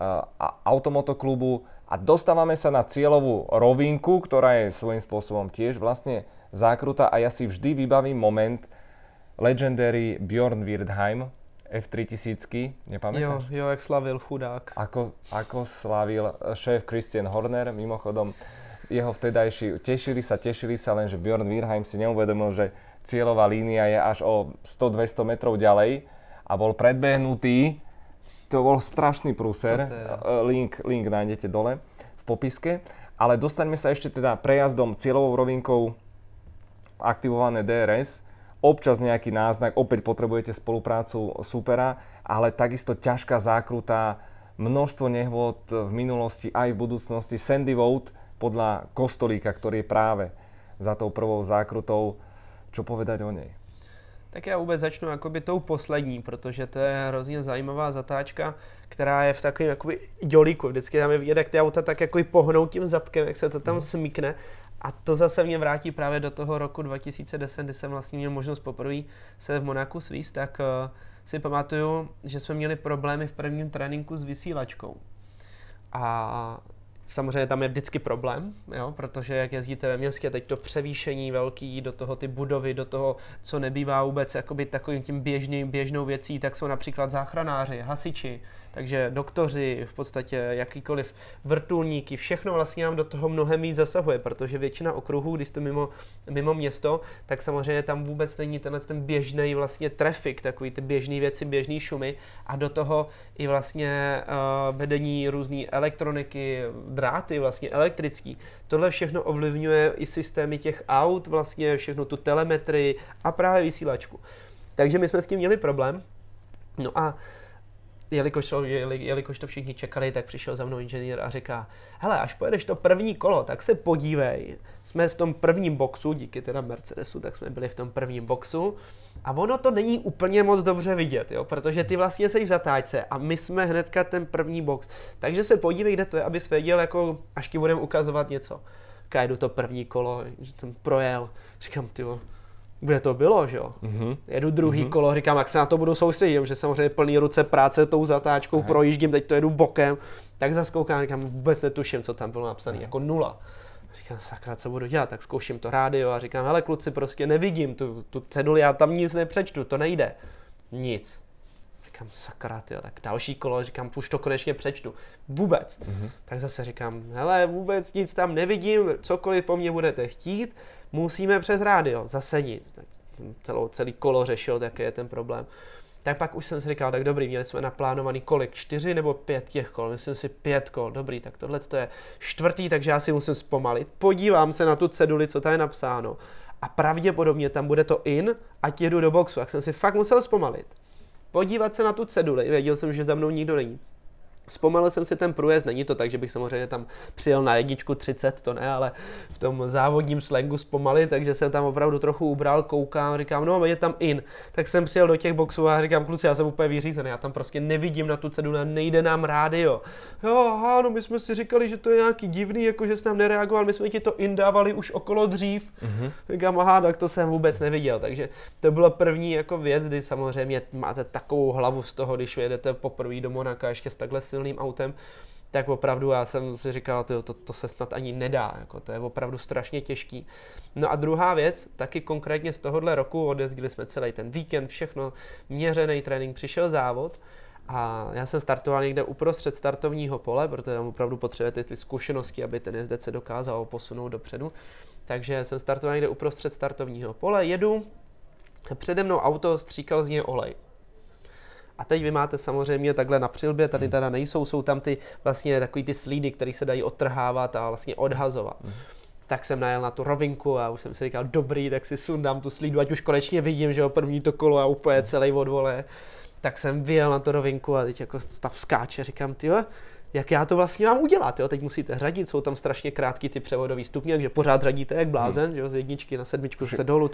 automotoklubu a dostávame sa na cieľovú rovinku, ktorá je svojím spôsobom tiež vlastne zákruta a ja si vždy vybavím moment legendary Björn Wirdheim F3000, nepamätáš? Jo, jak slavil chudák. Ako slavil šéf Christian Horner, mimochodom jeho vtedajší tešili sa, lenže Björn Wirdheim si neuvedomil, že cieľová línia je až o 100-200 metrov ďalej a bol predbehnutý. To bol strašný prúser. Link nájdete dole v popiske. Ale dostaňme sa ešte teda prejazdom cieľovou rovinkou aktivované DRS. Občas nejaký náznak, opäť potrebujete spoluprácu supera, ale takisto ťažká zákruta, množstvo nehôd v minulosti aj v budúcnosti. Sandy Vogt podľa Kostolíka, ktorý je práve za tou prvou zákrutou. Čo povedať o nej? Tak já vůbec začnu jakoby tou poslední, protože to je hrozně zajímavá zatáčka, která je v takovém jakoby dělíku. Vždycky tam je vidět, jak ty auta tak jakoby pohnou tím zadkem, jak se to tam smíkne. A to zase mě vrátí právě do toho roku 2010, kdy jsem vlastně měl možnost poprvé se v Monaku svíst, tak si pamatuju, že jsme měli problémy v prvním tréninku s vysílačkou. A samozřejmě tam je vždycky problém, jo, protože jak jezdíte ve městě, teď to převýšení velký, do toho ty budovy, do toho, co nebývá vůbec jakoby takovým tím běžnou věcí, tak jsou například záchranáři, hasiči, takže doktoři, v podstatě jakýkoliv vrtulníky, všechno vlastně nám do toho mnohem víc zasahuje, protože většina okruhů, když jste mimo město, tak samozřejmě tam vůbec není ten běžný vlastně trafik, takový ty běžné věci, běžný šumy a do toho i vlastně vedení různé elektroniky, dráty vlastně elektrický, tohle všechno ovlivňuje i systémy těch aut, vlastně všechno tu telemetrii a právě vysílačku. Takže my jsme s tím měli problém. No a jelikož to všichni čekali, tak přišel za mnou inženýr a říká, hele, až pojedeš to první kolo, tak se podívej. Jsme v tom prvním boxu, díky teda Mercedesu, tak jsme byli v tom prvním boxu. A ono to není úplně moc dobře vidět, jo, protože ty vlastně jsi v zatáčce a my jsme hnedka ten první box. Takže se podívej, kde to je, abys věděl, jako, až ti budeme ukazovat něco. Jdu to první kolo, že jsem projel, říkám, tyjo, kde to bylo, že jo? Jedu druhý kolo, říkám, jak se na to budu soustředit, že samozřejmě plný ruce práce tou zatáčkou, projíždím, teď to jedu bokem, tak zaskoukám, říkám, vůbec netuším, co tam bylo napsané, jako 0. Říkám, sakra, co budu dělat, tak zkouším to rádio a říkám, hele kluci, prostě nevidím tu ceduli, já tam nic nepřečtu, to nejde. Nic. Říkám, sakra, tyjo, tak další kolo, říkám, už to konečně přečtu. Vůbec. Tak zase říkám, hele, vůbec nic tam nevidím, cokoliv po mně budete chtít, musíme přes rádio, zase nic. Tak celý kolo řešil, jaký je ten problém. Tak pak už jsem si říkal, tak dobrý, měli jsme naplánovaný kolik, 4 nebo 5 těch kol, myslím si 5 kol, dobrý, tak tohle je 4, takže já si musím zpomalit. Podívám se na tu ceduli, co tam je napsáno a pravděpodobně tam bude to in, ať jedu do boxu, jak jsem si fakt musel zpomalit. Podívat se na tu ceduli, věděl jsem, že za mnou nikdo není. Zpomalil jsem si ten průjezd, není to tak, že bych samozřejmě tam přijel na 1:30, to ne, ale v tom závodním slangu zpomalit, takže jsem tam opravdu trochu ubral, koukám, říkám, no je tam in. Tak jsem přijel do těch boxů a říkám, kluci, já jsem úplně vyřízený, já tam prostě nevidím na tu ceduli, nejde nám rádio. Jo, aha, no my jsme si říkali, že to je nějaký divný, jako že jsi nám nereagoval, my jsme ti to in dávali už okolo dřív. Říkám, aha, tak to jsem vůbec neviděl, takže to byla první jako věc, kdy samozřejmě máte takovou hlavu z toho, když jedete poprvé do Monaka ještě s takhle silným autem, tak opravdu já jsem si říkal, to se snad ani nedá, jako to je opravdu strašně těžký. No a druhá věc, taky konkrétně z tohohle roku, odjezdili jsme celý ten víkend, všechno, měřený trénink, přišel závod a já jsem startoval někde uprostřed startovního pole, protože tam opravdu potřebujete ty zkušenosti, aby ten jezdec se dokázal posunout dopředu. Takže jsem startoval někde uprostřed startovního pole, jedu, přede mnou auto, stříkal z něj olej. A teď vy máte samozřejmě takhle na přilbě, tady teda nejsou, jsou tam ty vlastně takový ty slídy, které se dají odtrhávat a vlastně odhazovat. Tak jsem najel na tu rovinku a už jsem si říkal, dobrý, tak si sundám tu slídu, ať už konečně vidím, že jo, první to kolo a úplně celý odvole. Tak jsem vyjel na tu rovinku a teď jako tam skáče, říkám, tyjo, jak já to vlastně mám udělat, jo? Teď musíte řadit, jsou tam strašně krátký ty převodový stupně, takže pořád řadíte jak blázen, že jo, z 1 na 7 se dolů.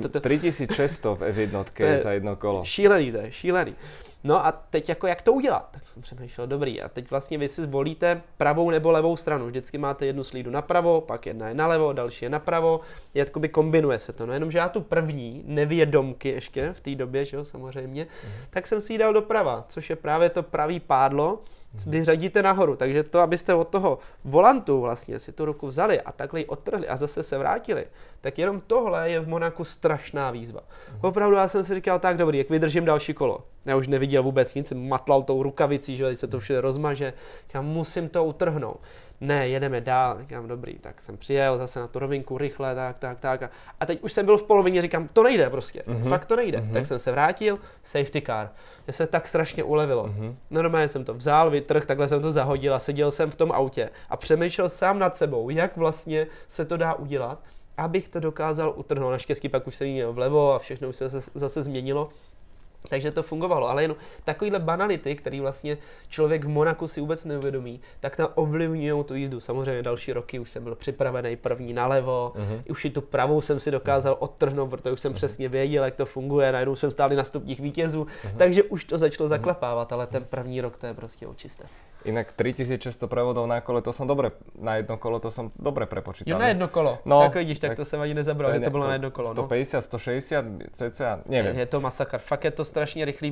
3600 v F1 za jedno kolo. Šílený, to je šílený. No a teď jako jak to udělat? Tak jsem přemýšlel, dobrý. A teď vlastně vy si zvolíte pravou nebo levou stranu. Vždycky máte jednu slídu napravo, pak jedna je nalevo, další je napravo. Jakoby kombinuje se to. No jenomže já tu první, nevědomky ještě v té době, že jo, samozřejmě, tak jsem si ji dal doprava, což je právě to pravý pádlo, kdy řadíte nahoru. Takže to, abyste od toho volantu vlastně si tu ruku vzali a takhle ji odtrhli a zase se vrátili, tak jenom tohle je v Monaku strašná výzva. Opravdu já jsem si říkal, tak dobrý, jak vydržím další kolo. Já už neviděl vůbec nic, jsem matlal tou rukavicí, že se to všude rozmaže. Já musím to utrhnout. Ne, jedeme dál, říkám, dobrý, tak jsem přijel zase na tu rovinku rychle, tak. A teď už jsem byl v polovině, říkám, to nejde prostě, fakt to nejde. Tak jsem se vrátil, safety car. Mně se tak strašně ulevilo. Normálně jsem to vzal, vytrhl, takhle jsem to zahodil a seděl jsem v tom autě a přemýšlel sám nad sebou, jak vlastně se to dá udělat, abych to dokázal utrhnout. Naštěstí pak už jsem měl vlevo a všechno už se zase změnilo. Takže to fungovalo, ale jen takovýhle banality, který vlastně člověk v Monaku si vůbec neuvědomí, tak tam ovlivňují tu jízdu. Samozřejmě další roky už jsem byl připravený první nalevo, už i tu pravou jsem si dokázal odtrhnout, protože už jsem přesně věděl, jak to funguje, najednou jsem stáli na stupních vítězů, takže už to začalo zaklepávat, ale ten první rok to je prostě očistec. Inak 3600 prevodov na kole, to som dobre, na jedno kolo to som dobre prepočítal. Jo, na jedno kolo, no, tak vidíš, tak to jsem ani nezabral, že to bylo na jedno kolo. 150, 160 cca, neviem. Je to masakr, fakt je to strašně rychlý,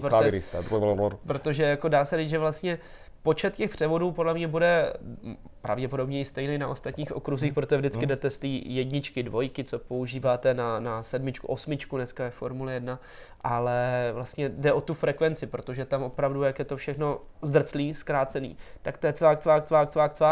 protože jako dá se říct, že vlastně počet těch převodů podle mě bude pravděpodobně stejný na ostatních okruzích, protože vždycky jdete z té 1, 2, co používáte na 7, 8, dneska je Formule 1, ale vlastně jde o tu frekvenci, protože tam opravdu, jak je to všechno zdrclý, zkrácený, tak to je cvák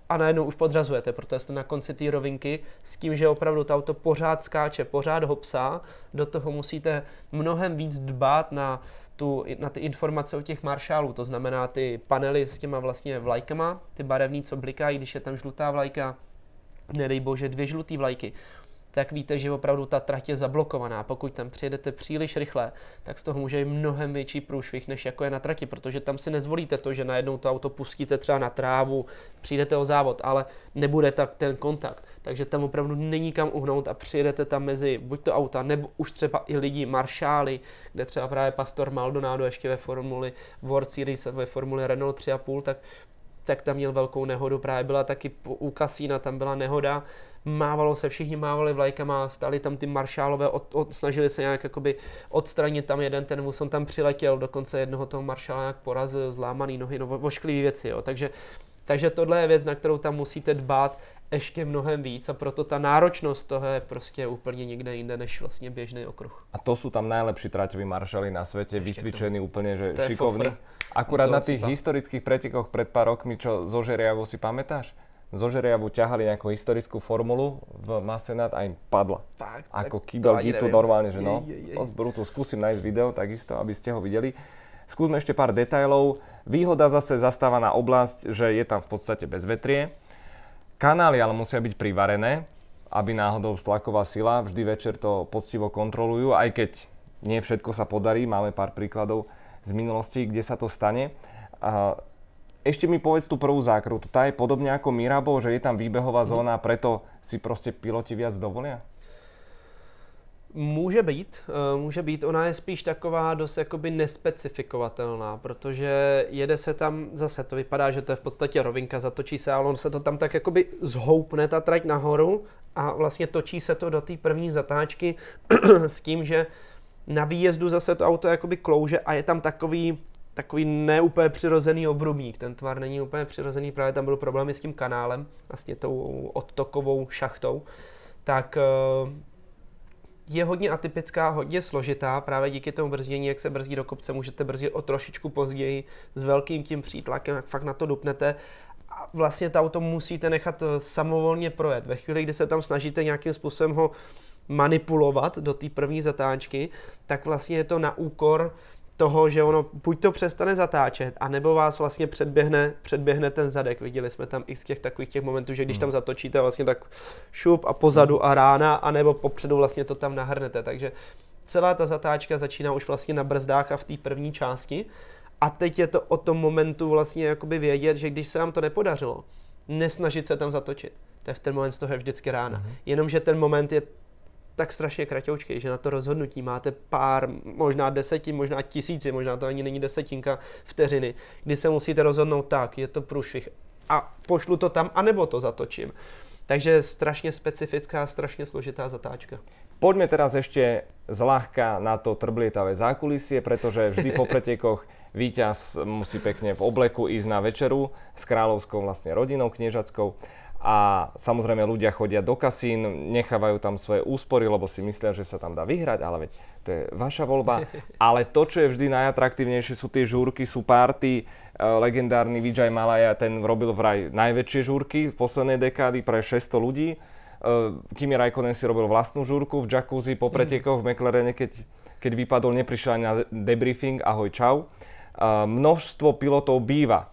a najednou už podřazujete, protože jste na konci té rovinky s tím, že opravdu to auto pořád skáče, pořád hopsá, do toho musíte mnohem víc dbát na ty informace o těch maršálů, to znamená ty panely s těma vlastně vlajkama, ty barevný, co blikají, když je tam žlutá vlajka, nedej bože 2 žlutý vlajky, tak víte, že opravdu ta trať je zablokovaná. Pokud tam přijedete příliš rychle, tak z toho může být mnohem větší průšvih, než jako je na trati, protože tam si nezvolíte to, že najednou to auto pustíte třeba na trávu, přijdete o závod, ale nebude tak ten kontakt. Takže tam opravdu není kam uhnout a přijedete tam mezi buď to auta, nebo už třeba i lidi, maršály, kde třeba právě Pastor Maldonado ještě ve formuli World Series, ve formuli Renault 3,5, tak tam měl velkou nehodu, právě byla taky u kasína, tam byla nehoda, mávalo se, všichni mávali vlajkama, stáli tam ty maršálové, snažili se nějak jakoby odstranit tam jeden ten vůz, on tam přiletěl, dokonce jednoho toho maršála nějak porazil, zlámaný nohy, no vošklivý věci, jo. Takže tohle je věc, na kterou tam musíte dbát ještě mnohem víc a proto ta náročnost toho je prostě úplně někde jinde než vlastně běžný okruh. A to sú tam najlepší traťoví maršali na svete, vycvičení úplne, že to šikovní. Akurát na tých historických pretekoch pred pár rokmi, čo zo Žeriavu si pamätáš? Zo Žeriavu ťahali nejakú historickú formulu v Masenát a im padla. Fakt, ako kýbel Gitu normálne, že no. Tu skúsim nájsť video takisto, aby ste ho videli. Skúsme ešte pár detailov. Výhoda zase zastávaná oblasť, že je tam v podstate bezvetrie. Kanály ale musia byť privarené, aby náhodou stlaková sila, vždy večer to poctivo kontrolujú, aj keď nie všetko sa podarí, máme pár príkladov z minulosti, kde sa to stane. Ešte mi povedz tú prvú zákrutu, tá je podobne ako Mirabeau, že je tam výbehová zóna, preto si proste piloti viac dovolia? Může být, ona je spíš taková dost jakoby nespecifikovatelná, protože jede se tam, zase to vypadá, že to je v podstatě rovinka, zatočí se, ale on se to tam tak jakoby zhoupne ta trať nahoru a vlastně točí se to do té první zatáčky s tím, že na výjezdu zase to auto jakoby klouže a je tam takový neúplně přirozený obrubník, ten tvar není úplně přirozený, právě tam byl problémy s tím kanálem, vlastně tou odtokovou šachtou, tak je hodně atypická, hodně složitá, právě díky tomu brzdění, jak se brzdí do kopce, můžete brzdit o trošičku později, s velkým tím přítlakem, jak fakt na to dupnete a vlastně to auto musíte nechat samovolně projet. Ve chvíli, kdy se tam snažíte nějakým způsobem ho manipulovat do té první zatáčky, tak vlastně je to na úkor toho, že ono buď to přestane zatáčet, anebo vás vlastně předběhne ten zadek. Viděli jsme tam i z těch momentů, že když tam zatočíte vlastně tak šup a pozadu a rána, anebo popředu vlastně to tam nahrnete. Takže celá ta zatáčka začíná už vlastně na brzdách a v té první části. A teď je to o tom momentu vlastně jakoby vědět, že když se vám to nepodařilo, nesnažit se tam zatočit. To je v ten moment z toho je vždycky rána. Jenomže ten moment je tak strašně kratoučkej, že na to rozhodnutí máte pár, možná 10, možná 1000, možná to ani není desetinka vteřiny, kdy se musíte rozhodnout tak, je to průšvih a pošlu to tam, anebo to zatočím. Takže strašně specifická, strašně složitá zatáčka. Poďme teraz ešte zľahka na to trblietavé zákulisie, pretože vždy po pretekoch víťaz musí pekne v obleku ísť na večeru s kráľovskou vlastne rodinou kniežatskou. A samozrejme ľudia chodia do kasín, nechávajú tam svoje úspory, lebo si myslia, že sa tam dá vyhrať, ale veď to je vaša voľba. Ale to, čo je vždy najatraktívnejšie, sú tie žúrky, sú party. Legendárny Vijay Mallya, ten robil vraj najväčšie žúrky v poslednej dekády pre 600 ľudí. Kimi Räikkönen si robil vlastnú žúrku v jacuzzi po pretekoch v McLarene, keď vypadol, neprišiel ani na debriefing, ahoj, čau. Množstvo pilotov býva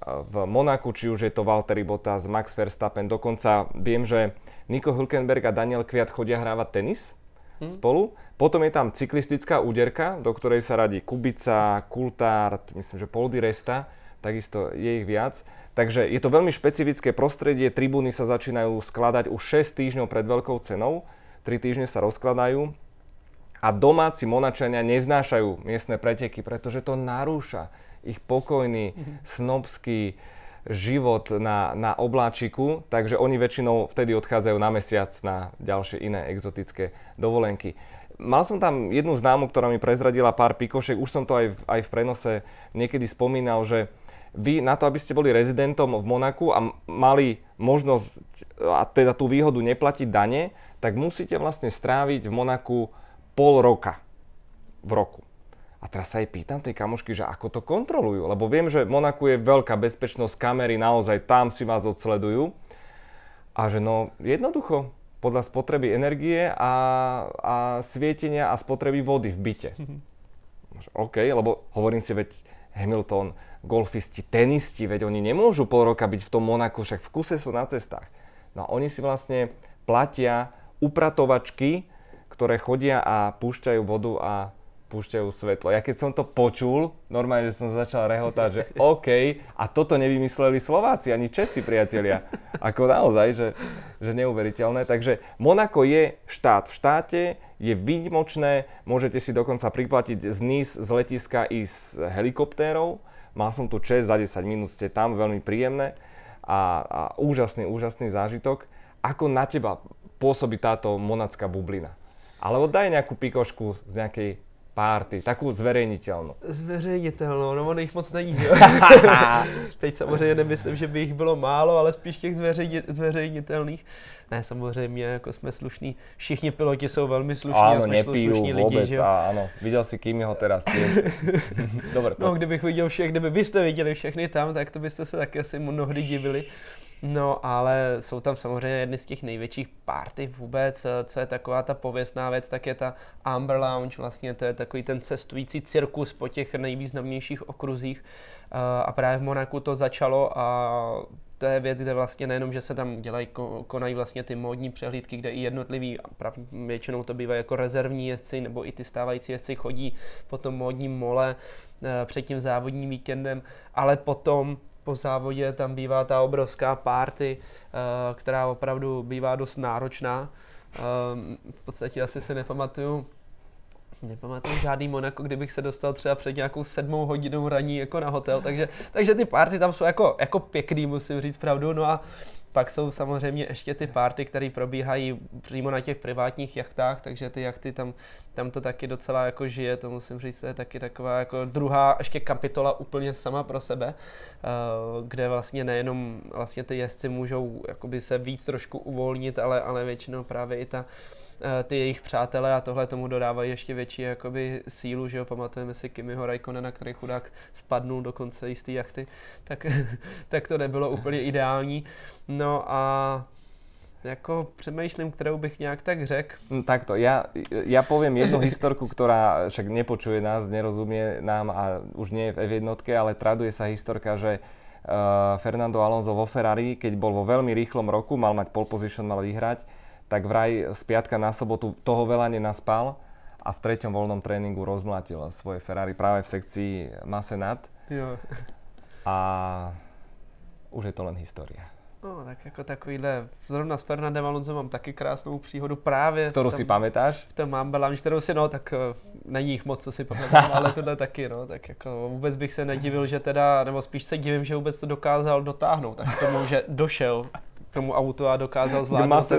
v Monaku, či už je to Valtteri Bottas, Max Verstappen, dokonca viem, že Nico Hülkenberg a Daniel Kvyat chodia hrávať tenis spolu. Potom je tam cyklistická úderka, do ktorej sa radí Kubica, Coulthard, myslím, že Paul di Resta, takisto je ich viac. Takže je to veľmi špecifické prostredie, tribúny sa začínajú skladať už 6 týždňov pred veľkou cenou, 3 týždne sa rozkladajú a domáci Monačania neznášajú miestne preteky, pretože to narúša ich pokojný, snobský život na obláčiku, takže oni väčšinou vtedy odchádzajú na mesiac na ďalšie iné exotické dovolenky. Mal som tam jednu známu, ktorá mi prezradila pár pikošek, už som to aj v prenose niekedy spomínal, že vy na to, aby ste boli rezidentom v Monaku a mali možnosť, a teda tú výhodu neplatiť dane, tak musíte vlastne stráviť v Monaku pol roka v roku. A teraz sa aj pýtam tej kamošky, že ako to kontrolujú, lebo viem, že v Monaku je veľká bezpečnosť, kamery naozaj tam si vás odsledujú. A že no jednoducho, podľa spotreby energie a svietenia a spotreby vody v byte. OK, lebo hovorím si, veď Hamilton, golfisti, tenisti, veď oni nemôžu pol roka byť v tom Monaku, však v kuse sú na cestách. No a oni si vlastne platia upratovačky, ktoré chodia a púšťajú vodu a púšťajú svetlo. Ja keď som to počul, normálne, že som začal rehotať, že OK, a toto nevymysleli Slováci, ani Česi, priatelia. Ako naozaj, že neuveriteľné. Takže Monako je štát v štáte, je výnimočné, môžete si dokonca priplatiť z Nice, z letiska i s helikoptérov. Mal som tu čest, za 10 minút ste tam, veľmi príjemné a úžasný zážitok. Ako na teba pôsobí táto monacká bublina? Alebo daj nejakú pikošku z nejakej párty, takú zveřejnitelnou. Zveřejnitelnou, no ono jich moc není, jo. Teď samozřejmě nemyslím, že by jich bylo málo, ale spíš těch zveřejnitelných. Ne, samozřejmě, jako jsme slušní, všichni piloti jsou velmi slušní a jsme slušní lidi, že jo. Áno, viděl si Kimiho teraz tiež. Dobre. No, kdybych viděl kdyby byste viděli všechny tam, tak to byste se taky asi mnohdy divili. No, ale jsou tam samozřejmě jedny z těch největších party vůbec, co je taková ta pověstná věc, tak je ta Amber Lounge, vlastně to je takový ten cestující cirkus po těch nejvýznamnějších okruzích a právě v Monaku to začalo a to je věc, kde vlastně nejenom, že se tam konají vlastně ty módní přehlídky, kde i jednotliví, většinou to bývají jako rezervní jezdci, nebo i ty stávající jezdci chodí po tom módním mole před tím závodním víkendem, ale potom po závodě tam bývá ta obrovská party, která opravdu bývá dost náročná. V podstatě asi si nepamatuju žádný Monako, kdybych se dostal třeba před nějakou 7 hodinou raní jako na hotel, takže ty party tam jsou jako pěkný, musím říct pravdu, no a pak jsou samozřejmě ještě ty party, které probíhají přímo na těch privátních jachtách, takže ty jachty tam to taky docela jako žije, to musím říct, to je taky taková jako druhá ještě kapitola úplně sama pro sebe, kde vlastně nejenom vlastně ty jezdci můžou jakoby se víc trošku uvolnit, ale většinou právě i ty jejich přátelé a tohle tomu dodávají ještě větší jakoby sílu, že jo, pamatujeme si Kimiho Räikkönena, který chudák spadnul dokonce z té jachty, tak to nebylo úplně ideální. No a jako přemýšlím, kterou bych nějak tak řekl. Takto, ja poviem jednu historku, ktorá však nepočuje nás, nerozumie nám a už nie je v F1, ale traduje sa historka, že Fernando Alonso vo Ferrari, keď bol vo veľmi rýchlom roku, mal mať pole position, mal vyhrať, tak vraj z piatka na sobotu toho veľa nenaspal a v 3. voľnom tréningu rozmlátil svoje Ferrari práve v sekcii Massenat. Jo. A už je to len história. No, tak jako takovýhle, zrovna s Fernandem Alonsem mám taky krásnou příhodu právě. Kterou si pamätáš? V tom Amber Lounge, kterou si, no, tak není jich moc, co si pamatám, ale tohle taky, no, tak jako vůbec bych se nedivil, že teda, nebo spíš se divím, že vůbec to dokázal dotáhnout, tak k tomu, že došel k tomu autu a dokázal zvládnout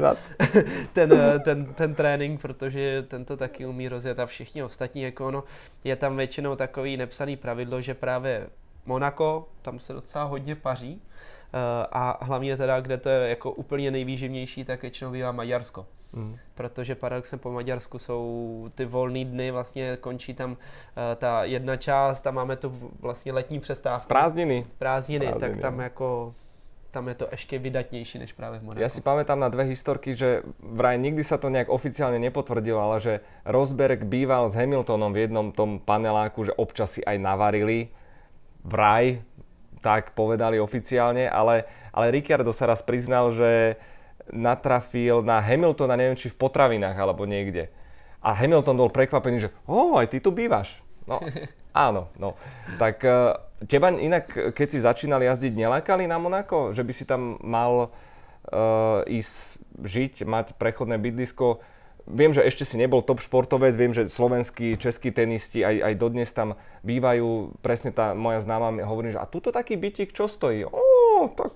ten trénink, protože ten to taky umí rozjet a všichni ostatní, jako ono, je tam většinou takový nepsaný pravidlo, že právě Monako, tam se docela hodně paří, a hlavně teda, kde to je jako úplně nejvýživnější, tak většinou bývá Maďarsko. Protože paradoxem po Maďarsku jsou ty volné dny, vlastně končí tam ta jedna část, tam máme tu vlastně letní přestávku. Prázdniny, tak tam je to ještě vydatnější než právě v Monaku. Ja si pamätám na dve historky, že vraj nikdy sa to nejak oficiálne nepotvrdilo, ale že Rosberg býval s Hamiltonom v jednom tom paneláku, že občas si aj navarili vraj, tak povedali oficiálne, ale Ricciardo sa raz priznal, že natrafil na Hamiltona, neviem či v potravinách alebo niekde. A Hamilton bol prekvapený, že aj ty tu bývaš. No, áno, no. Tak teba inak, keď si začínal jazdiť, nelákali na Monako? Že by si tam mal ísť žiť, mať prechodné bydlisko? Viem, že ešte si nebol top športovec, viem, že slovenskí, českí tenisti aj dodnes tam bývajú. Presne tá moja známa mi hovorí, že a tuto taký bytík čo stojí? Tak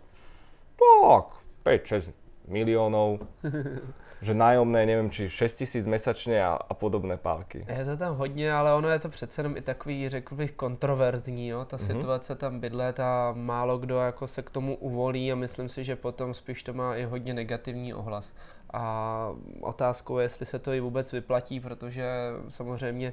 5-6 miliónov. Že nájomné, neviem, či 6 000 mesačně a podobné pálky. Je to tam hodně, ale ono je to přece jenom i takový, řekl bych, kontroverzní, jo? Ta situace tam bydlet a málo kdo jako se k tomu uvolí a myslím si, že potom spíš to má i hodně negativní ohlas. A otázkou je, jestli se to i vůbec vyplatí, protože samozřejmě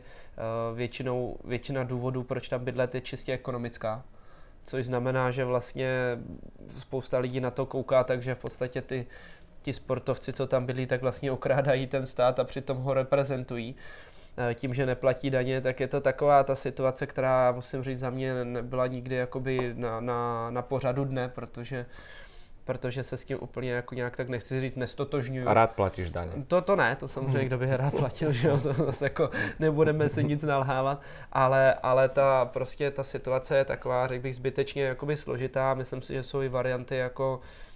většina důvodů, proč tam bydlet, je čistě ekonomická. Což znamená, že vlastně spousta lidí na to kouká, takže v podstatě ti sportovci, co tam bydlí, tak vlastně okrádají ten stát a přitom ho reprezentují. Tím, že neplatí daně, tak je to taková ta situace, která, musím říct, za mě nebyla nikdy jakoby na pořadu dne, protože se s tím úplně jako nějak tak nechci říct nestotožňuju. A rád platíš daně? To ne, to samozřejmě, kdo by rád platil, že jo, to zase jako nebudeme si nic nalhávat, ale ta situace je taková, řekl bych, zbytečně jakoby složitá. Myslím si, že jsou i varianty jako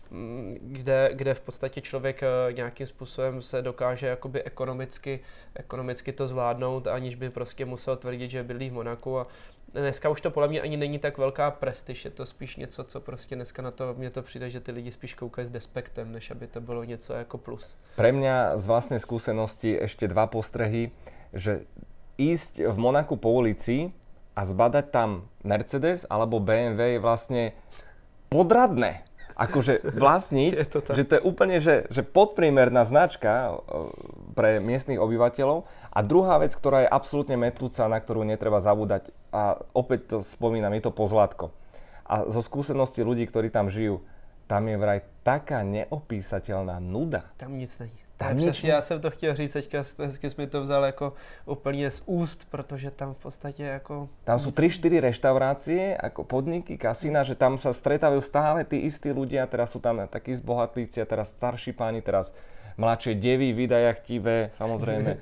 kde v podstatě člověk nějakým způsobem se dokáže jakoby ekonomicky to zvládnout, aniž by prostě musel tvrdit, že bydlí v Monaku. A dneska už to podle mě ani není tak velká prestiž, je to spíš něco, co prostě dneska na to mně to přijde, že ty lidi spíš koukají s despektem, než aby to bylo něco jako plus. Pre mňa z vlastnej skúsenosti ešte dva postrehy, že ísť v Monaku po ulici a zbadať tam Mercedes alebo BMW je vlastne podradné. Akože vlastniť, že to je úplne že podpriemerná značka pre miestnych obyvateľov. A druhá vec, ktorá je absolútne metúca, na ktorú netreba zabúdať, a opäť to spomínam, je to pozlátko. A zo skúsenosti ľudí, ktorí tam žijú, tam je vraj taká neopísateľná nuda. Tam nic není. Přesně, já jsem to chtěl říct, teďka hezky jsi mi to vzal jako úplně z úst, protože tam v podstatě jako... Tam sú 3-4 reštaurácie, ako podniky, kasína, že tam sa stretávajú stále tí istí ľudia, teraz sú tam takí zbohatlíci, a teraz starší páni, teraz mladšie devy, vydajachtivé, samozrejme.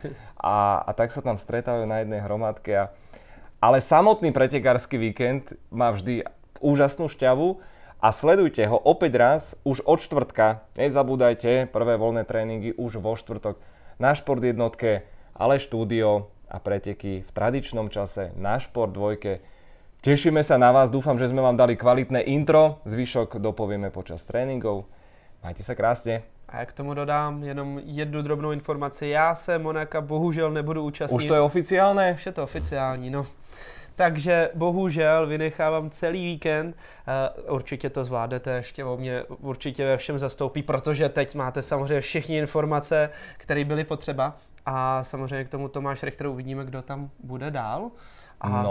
A tak sa tam stretávajú na jednej hromadke. Ale samotný pretekársky víkend má vždy úžasnú šťavu. A sledujte ho opäť raz už od štvrtka. Nezabúdajte, prvé voľné tréningy už vo štvrtok na Šport jednotke, ale štúdio a preteky v tradičnom čase na Šport dvojke. Tešíme sa na vás, dúfam, že sme vám dali kvalitné intro, zvyšok dopovieme počas tréninkov. Majte sa krásne. A já k tomu dodám jenom jednu drobnou informaci. Já se Monaka bohužel nebudu účastnit. Už to je oficiálne? Už je to oficiální, no. Takže bohužel vynechávám celý víkend. Určitě to zvládnete, ještě o mě určitě ve všem zastoupí, protože teď máte samozřejmě všechny informace, které byly potřeba. A samozřejmě k tomu Tomáš Richter, uvidíme, kdo tam bude dál. A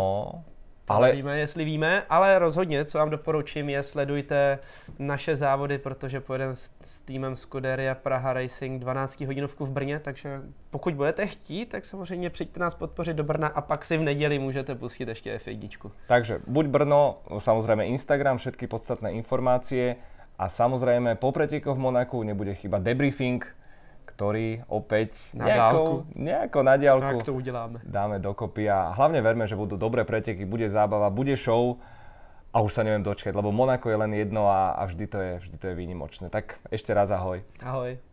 ale nevíme, jestli víme, ale rozhodně, co vám doporučím, je sledujte naše závody, protože pojedeme s týmem Scuderia Praha Racing 12 hodinovku v Brně, takže pokud budete chtít, tak samozřejmě přijďte nás podpořit do Brna a pak si v neděli můžete pustit ještě F1. Takže buď Brno, samozrejme Instagram, všetky podstatné informácie a samozrejme po pretekoch v Monaku nebude chýbať debriefing, ktorý opäť nejako na diaľku tak to uděláme. Dáme dokopy a hlavne verme, že budú dobré preteky, bude zábava, bude show a už sa neviem dočkať, lebo Monako je len jedno a vždy to je výnimočné. Tak ešte raz ahoj. Ahoj.